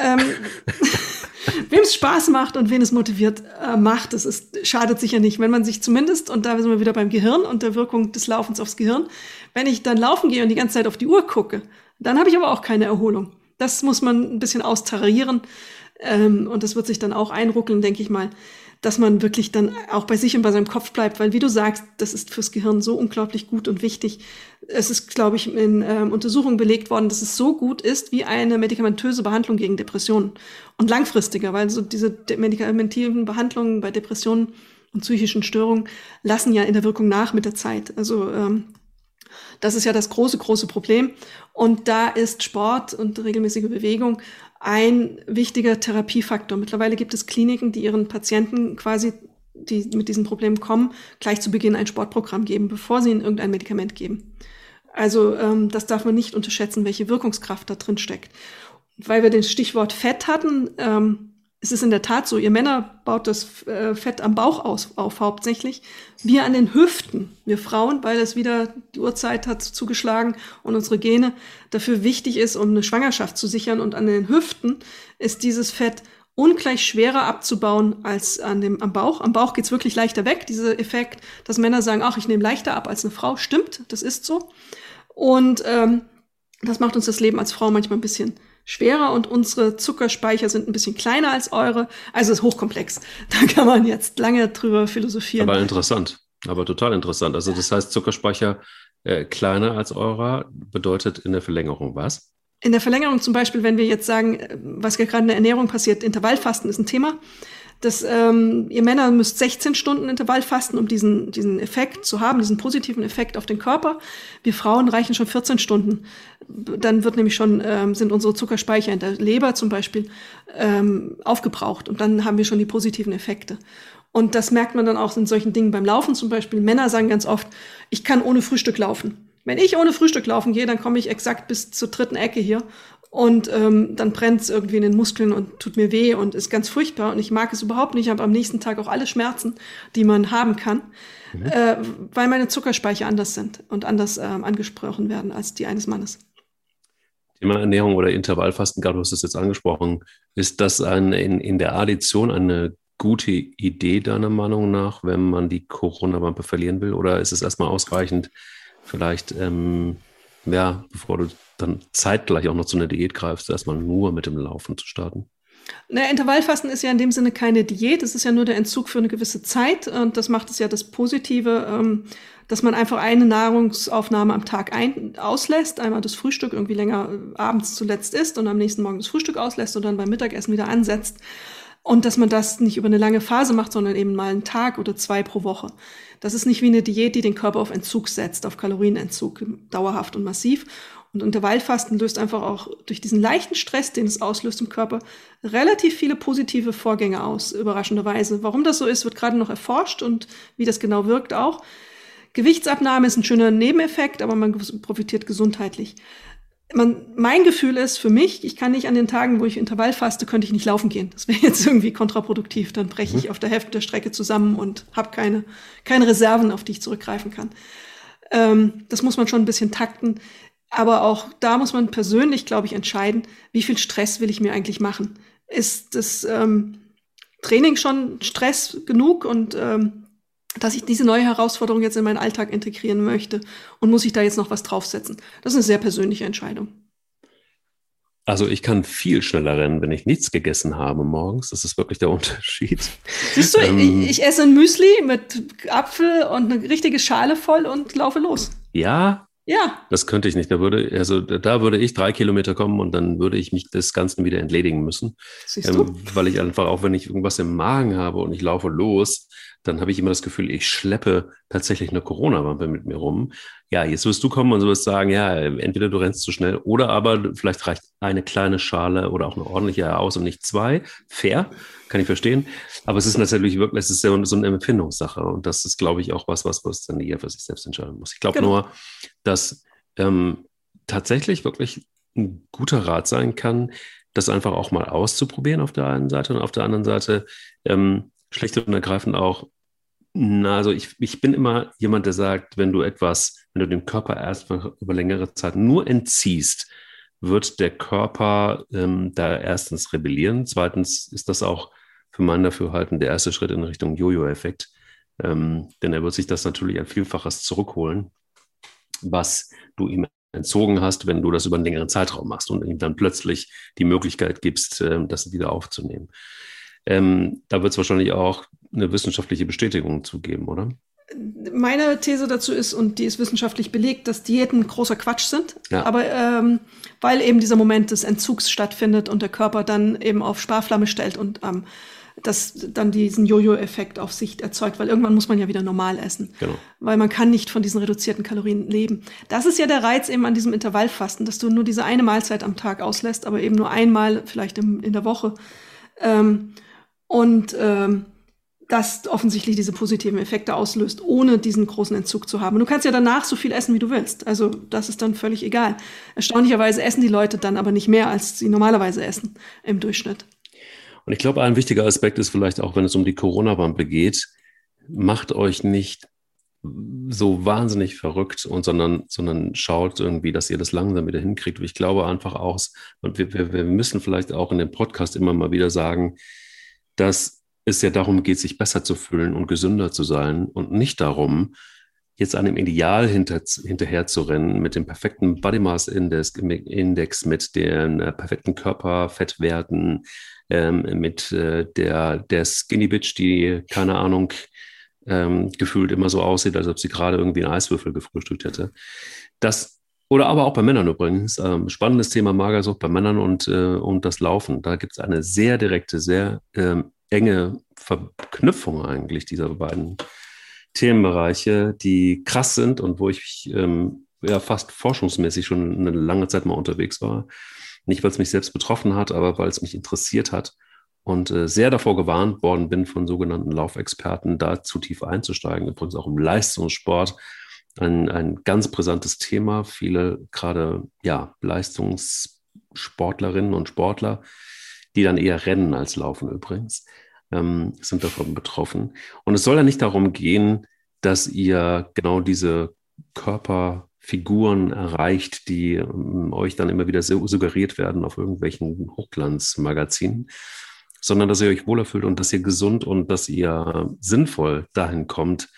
wem es Spaß macht und wen es motiviert macht, schadet sicher nicht. Wenn man sich zumindest, und da sind wir wieder beim Gehirn und der Wirkung des Laufens aufs Gehirn, wenn ich dann laufen gehe und die ganze Zeit auf die Uhr gucke, dann habe ich aber auch keine Erholung. Das muss man ein bisschen austarieren und das wird sich dann auch einruckeln, denke ich mal, dass man wirklich dann auch bei sich und bei seinem Kopf bleibt, weil wie du sagst, das ist fürs Gehirn so unglaublich gut und wichtig. Es ist, glaube ich, in Untersuchungen belegt worden, dass es so gut ist wie eine medikamentöse Behandlung gegen Depressionen und langfristiger, weil so diese medikamentiven Behandlungen bei Depressionen und psychischen Störungen lassen ja in der Wirkung nach mit der Zeit. Also das ist ja das große, große Problem. Und da ist Sport und regelmäßige Bewegung ein wichtiger Therapiefaktor. Mittlerweile gibt es Kliniken, die ihren Patienten quasi, die mit diesen Problemen kommen, gleich zu Beginn ein Sportprogramm geben, bevor sie ihnen irgendein Medikament geben. Also das darf man nicht unterschätzen, welche Wirkungskraft da drin steckt. Weil wir das Stichwort Fett hatten, es ist in der Tat so, ihr Männer baut das Fett am Bauch auf hauptsächlich. Wir an den Hüften, wir Frauen, weil es wieder die Uhrzeit hat zugeschlagen und unsere Gene dafür wichtig ist, um eine Schwangerschaft zu sichern. Und an den Hüften ist dieses Fett ungleich schwerer abzubauen als am Bauch. Am Bauch geht's wirklich leichter weg, dieser Effekt, dass Männer sagen, ach, ich nehme leichter ab als eine Frau. Stimmt, das ist so. Und das macht uns das Leben als Frau manchmal ein bisschen schwerer und unsere Zuckerspeicher sind ein bisschen kleiner als eure. Also es ist hochkomplex. Da kann man jetzt lange drüber philosophieren. Aber interessant, aber total interessant. Also das heißt, Zuckerspeicher kleiner als eurer bedeutet in der Verlängerung was? In der Verlängerung zum Beispiel, wenn wir jetzt sagen, was gerade in der Ernährung passiert, Intervallfasten ist ein Thema. Ihr Männer müsst 16 Stunden Intervall fasten, um diesen Effekt zu haben, diesen positiven Effekt auf den Körper. Wir Frauen reichen schon 14 Stunden. Dann wird nämlich schon, sind unsere Zuckerspeicher in der Leber zum Beispiel aufgebraucht. Und dann haben wir schon die positiven Effekte. Und das merkt man dann auch in solchen Dingen beim Laufen zum Beispiel. Männer sagen ganz oft, ich kann ohne Frühstück laufen. Wenn ich ohne Frühstück laufen gehe, dann komme ich exakt bis zur 3. Ecke hier. Und dann brennt es irgendwie in den Muskeln und tut mir weh und ist ganz furchtbar. Und ich mag es überhaupt nicht. Ich habe am nächsten Tag auch alle Schmerzen, die man haben kann, weil meine Zuckerspeicher anders sind und anders angesprochen werden als die eines Mannes. Thema Ernährung oder Intervallfasten, gerade du hast es jetzt angesprochen, ist das in der Addition eine gute Idee deiner Meinung nach, wenn man die Corona-Wampe verlieren will? Oder ist es erstmal ausreichend, vielleicht ja, bevor du dann zeitgleich auch noch zu einer Diät greifst, erstmal nur mit dem Laufen zu starten? Na, Intervallfasten ist ja in dem Sinne keine Diät, es ist ja nur der Entzug für eine gewisse Zeit und das macht es ja das Positive, dass man einfach eine Nahrungsaufnahme am Tag auslässt, einmal das Frühstück irgendwie länger abends zuletzt isst und am nächsten Morgen das Frühstück auslässt und dann beim Mittagessen wieder ansetzt. Und dass man das nicht über eine lange Phase macht, sondern eben mal einen Tag oder 2 pro Woche. Das ist nicht wie eine Diät, die den Körper auf Entzug setzt, auf Kalorienentzug, dauerhaft und massiv. Und Intervallfasten löst einfach auch durch diesen leichten Stress, den es auslöst im Körper, relativ viele positive Vorgänge aus, überraschenderweise. Warum das so ist, wird gerade noch erforscht und wie das genau wirkt auch. Gewichtsabnahme ist ein schöner Nebeneffekt, aber man profitiert gesundheitlich. Mein Gefühl ist für mich, ich kann nicht an den Tagen, wo ich Intervall faste, könnte ich nicht laufen gehen. Das wäre jetzt irgendwie kontraproduktiv. Dann breche ich auf der Hälfte der Strecke zusammen und habe keine Reserven, auf die ich zurückgreifen kann. Das muss man schon ein bisschen takten. Aber auch da muss man persönlich, glaube ich, entscheiden, wie viel Stress will ich mir eigentlich machen. Ist das Training schon Stress genug und dass ich diese neue Herausforderung jetzt in meinen Alltag integrieren möchte und muss ich da jetzt noch was draufsetzen? Das ist eine sehr persönliche Entscheidung. Also ich kann viel schneller rennen, wenn ich nichts gegessen habe morgens. Das ist wirklich der Unterschied. Siehst du, ich esse ein Müsli mit Apfel und eine richtige Schale voll und laufe los. Ja? Ja. Das könnte ich nicht. Da würde ich 3 Kilometer kommen und dann würde ich mich des Ganzen wieder entledigen müssen. Siehst du? Weil ich einfach, auch wenn ich irgendwas im Magen habe und ich laufe los, dann habe ich immer das Gefühl, ich schleppe tatsächlich eine Corona-Wampe mit mir rum. Ja, jetzt wirst du kommen und du wirst sagen, ja, entweder du rennst zu schnell oder aber vielleicht reicht eine kleine Schale oder auch eine ordentliche aus und nicht 2. Fair, kann ich verstehen. Aber es ist natürlich wirklich, es ist ja so eine Empfindungssache und das ist, glaube ich, auch was dann jeder für sich selbst entscheiden muss. Ich glaube nur, dass tatsächlich wirklich ein guter Rat sein kann, das einfach auch mal auszuprobieren auf der einen Seite und auf der anderen Seite schlicht und ergreifend auch, also ich bin immer jemand, der sagt, wenn du dem Körper erstmal über längere Zeit nur entziehst, wird der Körper da erstens rebellieren. Zweitens ist das auch für mein Dafürhalten der erste Schritt in Richtung Jojo-Effekt. Denn er wird sich das natürlich ein Vielfaches zurückholen, was du ihm entzogen hast, wenn du das über einen längeren Zeitraum machst und ihm dann plötzlich die Möglichkeit gibst, das wieder aufzunehmen. Da wird es wahrscheinlich auch eine wissenschaftliche Bestätigung zugeben, oder? Meine These dazu ist, und die ist wissenschaftlich belegt, dass Diäten großer Quatsch sind. Ja. Aber weil eben dieser Moment des Entzugs stattfindet und der Körper dann eben auf Sparflamme stellt und das dann diesen Jojo-Effekt auf sich erzeugt, weil irgendwann muss man ja wieder normal essen. Genau. Weil man kann nicht von diesen reduzierten Kalorien leben. Das ist ja der Reiz eben an diesem Intervallfasten, dass du nur diese eine Mahlzeit am Tag auslässt, aber eben nur einmal vielleicht in der Woche. Das offensichtlich diese positiven Effekte auslöst, ohne diesen großen Entzug zu haben. Und du kannst ja danach so viel essen, wie du willst. Also das ist dann völlig egal. Erstaunlicherweise essen die Leute dann aber nicht mehr, als sie normalerweise essen im Durchschnitt. Und ich glaube, ein wichtiger Aspekt ist vielleicht auch, wenn es um die Corona-Wampe geht, macht euch nicht so wahnsinnig verrückt, sondern schaut irgendwie, dass ihr das langsam wieder hinkriegt. Ich glaube einfach auch, und wir müssen vielleicht auch in dem Podcast immer mal wieder sagen, dass es ja darum geht, sich besser zu fühlen und gesünder zu sein und nicht darum, jetzt einem Ideal hinterher zu rennen mit dem perfekten Body Mass Index, mit den perfekten Körperfettwerten, mit der Skinny Bitch, die, keine Ahnung, gefühlt immer so aussieht, als ob sie gerade irgendwie einen Eiswürfel gefrühstückt hätte. Oder aber auch bei Männern übrigens. Spannendes Thema Magersucht bei Männern und das Laufen. Da gibt es eine sehr direkte, sehr enge Verknüpfung eigentlich dieser beiden Themenbereiche, die krass sind und wo ich fast forschungsmäßig schon eine lange Zeit mal unterwegs war. Nicht, weil es mich selbst betroffen hat, aber weil es mich interessiert hat und sehr davor gewarnt worden bin von sogenannten Laufexperten, da zu tief einzusteigen. Übrigens auch im Leistungssport ein ganz brisantes Thema. Viele gerade Leistungssportlerinnen und Sportler, die dann eher rennen als laufen übrigens, sind davon betroffen. Und es soll ja nicht darum gehen, dass ihr genau diese Körperfiguren erreicht, die euch dann immer wieder suggeriert werden auf irgendwelchen Hochglanzmagazinen, sondern dass ihr euch wohler fühlt und dass ihr gesund und dass ihr sinnvoll dahin kommt,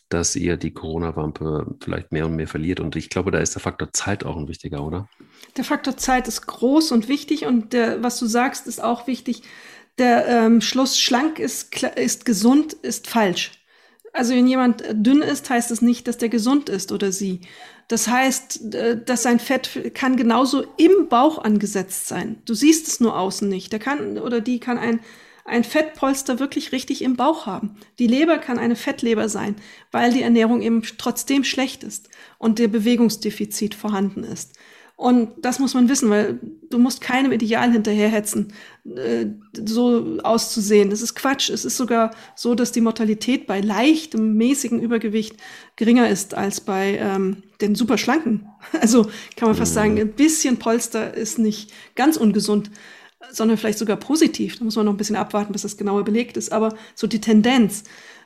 dass ihr die Corona-Wampe vielleicht mehr und mehr verliert. Und ich glaube, da ist der Faktor Zeit auch ein wichtiger, oder? Der Faktor Zeit ist groß und wichtig und was du sagst, ist auch wichtig. Der Schluss schlank ist gesund, ist falsch. Also wenn jemand dünn ist, heißt das nicht, dass der gesund ist oder sie. Das heißt, dass sein Fett kann genauso im Bauch angesetzt sein. Du siehst es nur außen nicht. Der kann oder die kann ein Fettpolster wirklich richtig im Bauch haben. Die Leber kann eine Fettleber sein, weil die Ernährung eben trotzdem schlecht ist und der Bewegungsdefizit vorhanden ist. Und das muss man wissen, weil du musst keinem Ideal hinterherhetzen, so auszusehen. Das ist Quatsch. Es ist sogar so, dass die Mortalität bei leichtem, mäßigem Übergewicht geringer ist als bei den Superschlanken. Also kann man fast sagen, ein bisschen Polster ist nicht ganz ungesund, sondern vielleicht sogar positiv. Da muss man noch ein bisschen abwarten, bis das genauer belegt ist. Aber so die Tendenz.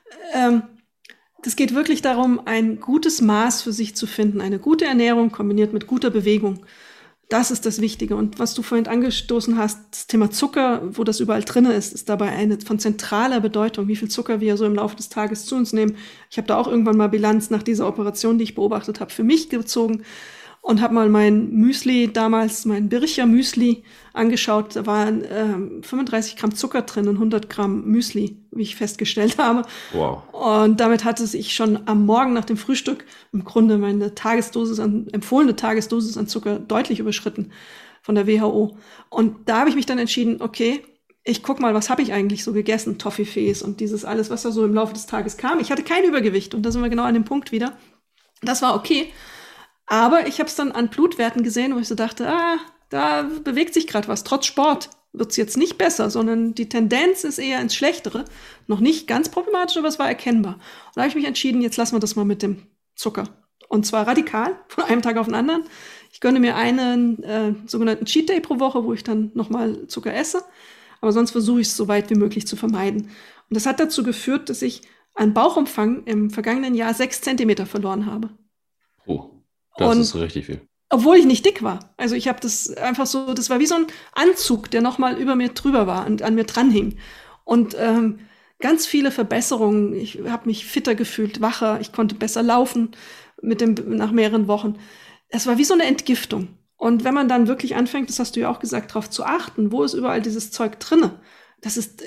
Das geht wirklich darum, ein gutes Maß für sich zu finden. Eine gute Ernährung kombiniert mit guter Bewegung. Das ist das Wichtige. Und was du vorhin angestoßen hast, das Thema Zucker, wo das überall drin ist dabei eine von zentraler Bedeutung, wie viel Zucker wir so im Laufe des Tages zu uns nehmen. Ich habe da auch irgendwann mal Bilanz nach dieser Operation, die ich beobachtet habe, für mich gezogen und habe mal mein Müsli damals, mein Bircher Müsli angeschaut. Da waren 35 Gramm Zucker drin und 100 Gramm Müsli, wie ich festgestellt habe. Wow. Und damit hatte ich schon am Morgen nach dem Frühstück im Grunde meine empfohlene Tagesdosis an Zucker deutlich überschritten von der WHO. Und da habe ich mich dann entschieden, okay, ich guck mal, was habe ich eigentlich so gegessen? Toffifees und dieses alles, was da so im Laufe des Tages kam. Ich hatte kein Übergewicht und da sind wir genau an dem Punkt wieder. Das war okay. Aber ich habe es dann an Blutwerten gesehen, wo ich so dachte, da bewegt sich gerade was. Trotz Sport wird es jetzt nicht besser, sondern die Tendenz ist eher ins Schlechtere. Noch nicht ganz problematisch, aber es war erkennbar. Und da habe ich mich entschieden, jetzt lassen wir das mal mit dem Zucker. Und zwar radikal, von einem Tag auf den anderen. Ich gönne mir einen sogenannten Cheat Day pro Woche, wo ich dann nochmal Zucker esse. Aber sonst versuche ich es so weit wie möglich zu vermeiden. Und das hat dazu geführt, dass ich an Bauchumfang im vergangenen Jahr 6 Zentimeter verloren habe. Oh. Das ist richtig viel. Obwohl ich nicht dick war. Also ich habe das einfach so, das war wie so ein Anzug, der nochmal über mir drüber war und an mir dranhing. Und ganz viele Verbesserungen. Ich habe mich fitter gefühlt, wacher. Ich konnte besser laufen nach mehreren Wochen. Es war wie so eine Entgiftung. Und wenn man dann wirklich anfängt, das hast du ja auch gesagt, darauf zu achten, wo ist überall dieses Zeug drinne? Das ist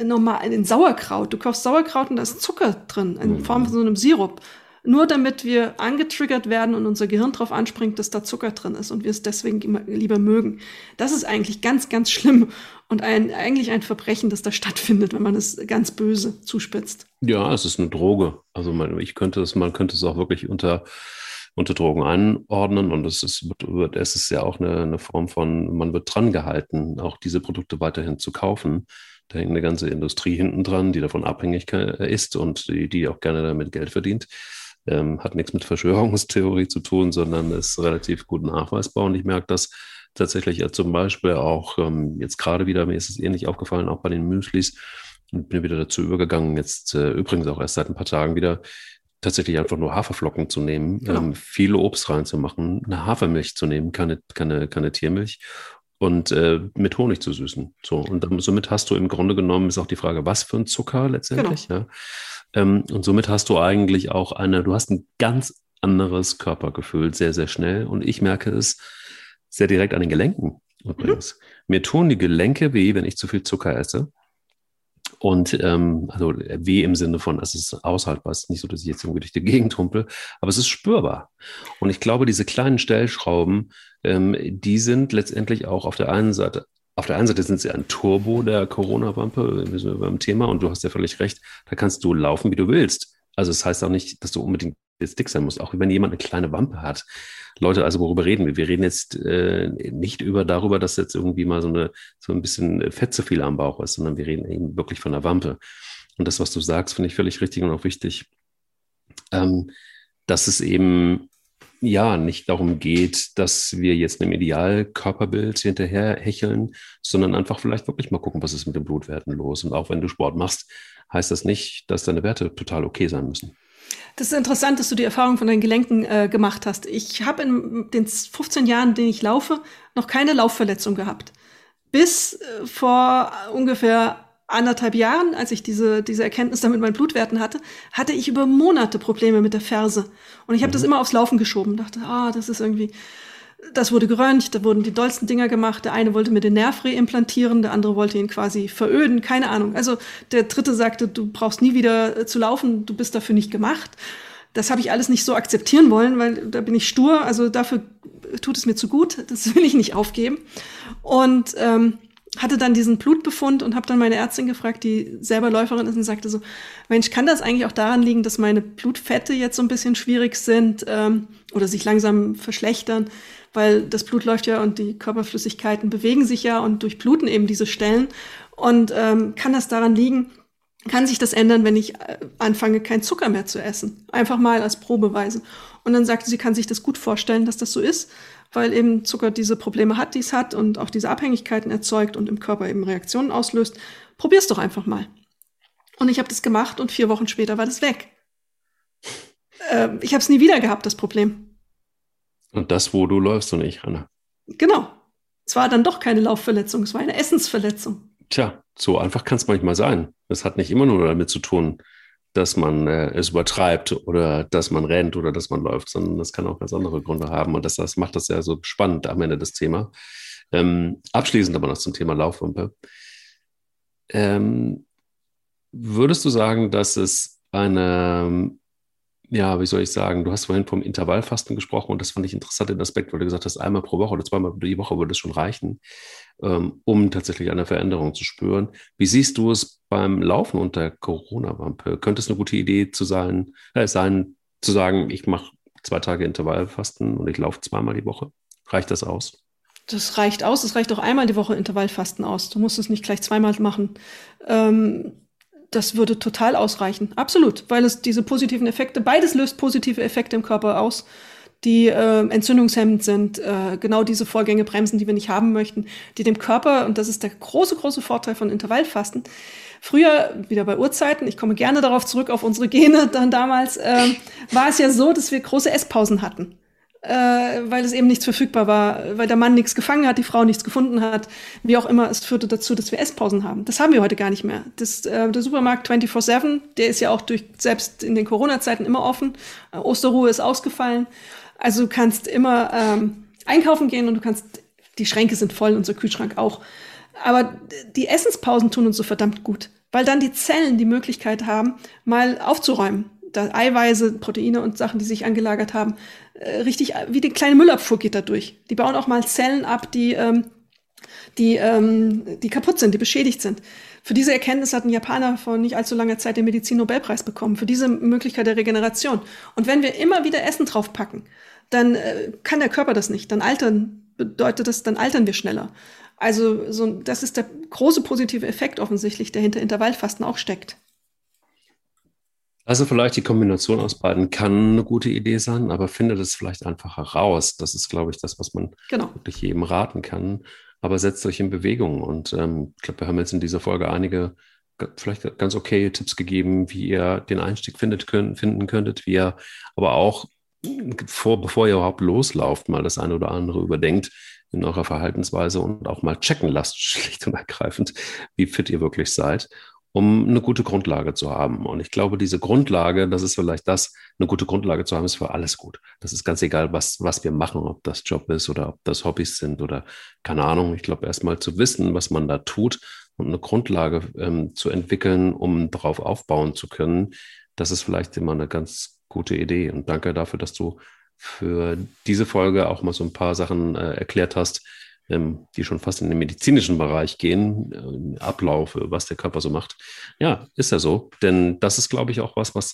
in Sauerkraut. Du kaufst Sauerkraut und da ist Zucker drin, in Form von so einem Sirup. Nur damit wir angetriggert werden und unser Gehirn drauf anspringt, dass da Zucker drin ist und wir es deswegen lieber mögen. Das ist eigentlich ganz, ganz schlimm und eigentlich ein Verbrechen, das da stattfindet, wenn man es ganz böse zuspitzt. Ja, es ist eine Droge. Also man könnte es auch wirklich unter Drogen einordnen und es ist ja auch eine Form von, man wird dran gehalten, auch diese Produkte weiterhin zu kaufen. Da hängt eine ganze Industrie hinten dran, die davon abhängig ist und die auch gerne damit Geld verdient. Hat nichts mit Verschwörungstheorie zu tun, sondern ist relativ gut nachweisbar. Und ich merke das tatsächlich zum Beispiel auch jetzt gerade wieder, mir ist es ähnlich aufgefallen, auch bei den Müslis. Und bin wieder dazu übergegangen, jetzt übrigens auch erst seit ein paar Tagen wieder, tatsächlich einfach nur Haferflocken zu nehmen, viel Obst reinzumachen, eine Hafermilch zu nehmen, keine Tiermilch und mit Honig zu süßen. So, und somit hast du im Grunde genommen, ist auch die Frage, was für ein Zucker letztendlich, Genau. ja. Und somit hast du eigentlich auch du hast ein ganz anderes Körpergefühl sehr, sehr schnell. Und ich merke es sehr direkt an den Gelenken übrigens. Mir tun die Gelenke weh, wenn ich zu viel Zucker esse. Und also weh im Sinne von, es ist aushaltbar, es ist nicht so, dass ich jetzt irgendwie durch die Gegend humpel, aber es ist spürbar. Und ich glaube, diese kleinen Stellschrauben, die sind letztendlich auch auf der einen Seite sind sie ein Turbo der Corona-Wampe, wir sind beim Thema und du hast ja völlig recht, da kannst du laufen, wie du willst. Also es heißt auch nicht, dass du unbedingt jetzt dick sein musst, auch wenn jemand eine kleine Wampe hat. Leute, also worüber reden wir? Wir reden jetzt nicht darüber, dass jetzt irgendwie mal so ein bisschen Fett zu viel am Bauch ist, sondern wir reden eben wirklich von der Wampe. Und das, was du sagst, finde ich völlig richtig und auch wichtig, dass es eben nicht darum geht, dass wir jetzt einem Idealkörperbild hinterher hecheln, sondern einfach vielleicht wirklich mal gucken, was ist mit den Blutwerten los. Und auch wenn du Sport machst, heißt das nicht, dass deine Werte total okay sein müssen. Das ist interessant, dass du die Erfahrung von deinen Gelenken gemacht hast. Ich habe in den 15 Jahren, in denen ich laufe, noch keine Laufverletzung gehabt. Bis vor ungefähr anderthalb Jahren, als ich diese Erkenntnis dann mit meinen Blutwerten hatte ich über Monate Probleme mit der Ferse. Und ich habe das immer aufs Laufen geschoben. Dachte, das wurde geröntgt, da wurden die dollsten Dinger gemacht. Der eine wollte mir den Nerv reimplantieren, der andere wollte ihn quasi veröden, keine Ahnung. Also der dritte sagte, du brauchst nie wieder zu laufen, du bist dafür nicht gemacht. Das habe ich alles nicht so akzeptieren wollen, weil da bin ich stur, also dafür tut es mir zu gut, das will ich nicht aufgeben. Und hatte dann diesen Blutbefund und habe dann meine Ärztin gefragt, die selber Läuferin ist, und sagte so, Mensch, kann das eigentlich auch daran liegen, dass meine Blutfette jetzt so ein bisschen schwierig sind oder sich langsam verschlechtern, weil das Blut läuft ja und die Körperflüssigkeiten bewegen sich ja und durchbluten eben diese Stellen. Und kann das daran liegen, kann sich das ändern, wenn ich anfange, keinen Zucker mehr zu essen? Einfach mal als Probeweise. Und dann sagte sie, kann sich das gut vorstellen, dass das so ist, weil eben Zucker diese Probleme hat, die es hat und auch diese Abhängigkeiten erzeugt und im Körper eben Reaktionen auslöst. Probier's doch einfach mal. Und ich habe das gemacht und 4 Wochen später war das weg. Ich habe es nie wieder gehabt, das Problem. Und das, wo du läufst und ich, Hanna. Genau. Es war dann doch keine Laufverletzung, es war eine Essensverletzung. Tja, so einfach kann es manchmal sein. Das hat nicht immer nur damit zu tun, dass man es übertreibt oder dass man rennt oder dass man läuft, sondern das kann auch ganz andere Gründe haben. Und das macht das ja so spannend am Ende des Thema. Abschließend aber noch zum Thema Laufwumpe. Würdest du sagen, dass es eine, wie soll ich sagen, du hast vorhin vom Intervallfasten gesprochen und das fand ich interessant, den Aspekt, weil du gesagt hast, einmal pro Woche oder zweimal die Woche würde es schon reichen, um tatsächlich eine Veränderung zu spüren. Wie siehst du es beim Laufen unter Corona-Wampe? Könnte es eine gute Idee zu sagen, ich mache 2 Tage Intervallfasten und ich laufe 2-mal die Woche? Reicht das aus? Das reicht aus. Es reicht auch einmal die Woche Intervallfasten aus. Du musst es nicht gleich 2-mal machen. Das würde total ausreichen. Absolut, weil es diese positiven Effekte, beides löst positive Effekte im Körper aus, die entzündungshemmend sind, genau diese Vorgänge bremsen, die wir nicht haben möchten, die dem Körper, und das ist der große, große Vorteil von Intervallfasten, früher, wieder bei Urzeiten, ich komme gerne darauf zurück, auf unsere Gene dann damals, war es ja so, dass wir große Esspausen hatten. Weil es eben nichts verfügbar war, weil der Mann nichts gefangen hat, die Frau nichts gefunden hat, wie auch immer, es führte dazu, dass wir Esspausen haben. Das haben wir heute gar nicht mehr. Der Supermarkt 24/7, der ist ja auch selbst in den Corona-Zeiten immer offen. Osterruhe ist ausgefallen. Also du kannst immer einkaufen gehen und die Schränke sind voll, unser Kühlschrank auch. Aber die Essenspausen tun uns so verdammt gut, weil dann die Zellen die Möglichkeit haben, mal aufzuräumen. Da Eiweiße, Proteine und Sachen, die sich angelagert haben, richtig wie die kleine Müllabfuhr geht da durch. Die bauen auch mal Zellen ab, die kaputt sind, die beschädigt sind. Für diese Erkenntnis hat ein Japaner vor nicht allzu langer Zeit den Medizin-Nobelpreis bekommen, für diese Möglichkeit der Regeneration. Und wenn wir immer wieder Essen draufpacken, dann kann der Körper das nicht. Dann altern wir schneller. Also das ist der große positive Effekt offensichtlich, der hinter Intervallfasten auch steckt. Also vielleicht die Kombination aus beiden kann eine gute Idee sein, aber findet es vielleicht einfach heraus. Das ist, glaube ich, das, was man wirklich jedem raten kann. Aber setzt euch in Bewegung. Und ich glaube, wir haben jetzt in dieser Folge einige vielleicht ganz okay Tipps gegeben, wie ihr den Einstieg finden könntet, wie ihr aber auch, bevor ihr überhaupt loslauft, mal das eine oder andere überdenkt in eurer Verhaltensweise und auch mal checken lasst, schlicht und ergreifend, wie fit ihr wirklich seid, um eine gute Grundlage zu haben. Und ich glaube, diese Grundlage, das ist vielleicht eine gute Grundlage zu haben, ist für alles gut. Das ist ganz egal, was wir machen, ob das Job ist oder ob das Hobbys sind oder keine Ahnung. Ich glaube, erstmal zu wissen, was man da tut und eine Grundlage zu entwickeln, um darauf aufbauen zu können, das ist vielleicht immer eine ganz gute Idee. Und danke dafür, dass du für diese Folge auch mal so ein paar Sachen erklärt hast, die schon fast in den medizinischen Bereich gehen, Ablauf, was der Körper so macht. Ja, ist ja so. Denn das ist, glaube ich, auch was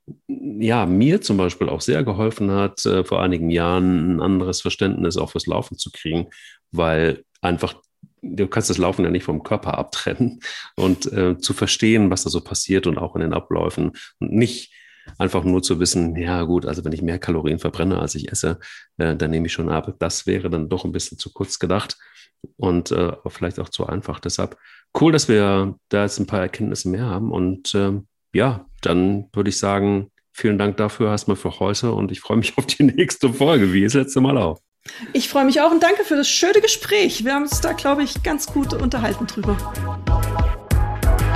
mir zum Beispiel auch sehr geholfen hat, vor einigen Jahren ein anderes Verständnis auch fürs Laufen zu kriegen, weil einfach du kannst das Laufen ja nicht vom Körper abtrennen und zu verstehen, was da so passiert und auch in den Abläufen und nicht einfach nur zu wissen, ja gut, also wenn ich mehr Kalorien verbrenne, als ich esse, dann nehme ich schon ab. Das wäre dann doch ein bisschen zu kurz gedacht und vielleicht auch zu einfach. Deshalb cool, dass wir da jetzt ein paar Erkenntnisse mehr haben. Und dann würde ich sagen, vielen Dank dafür erstmal für heute und ich freue mich auf die nächste Folge, wie das letzte Mal auch. Ich freue mich auch und danke für das schöne Gespräch. Wir haben uns da, glaube ich, ganz gut unterhalten drüber.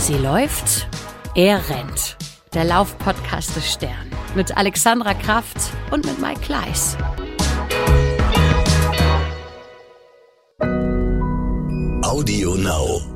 Sie läuft, er rennt. Der Lauf-Podcast des Stern. Mit Alexandra Kraft und mit Mike Kleiss. Audio Now.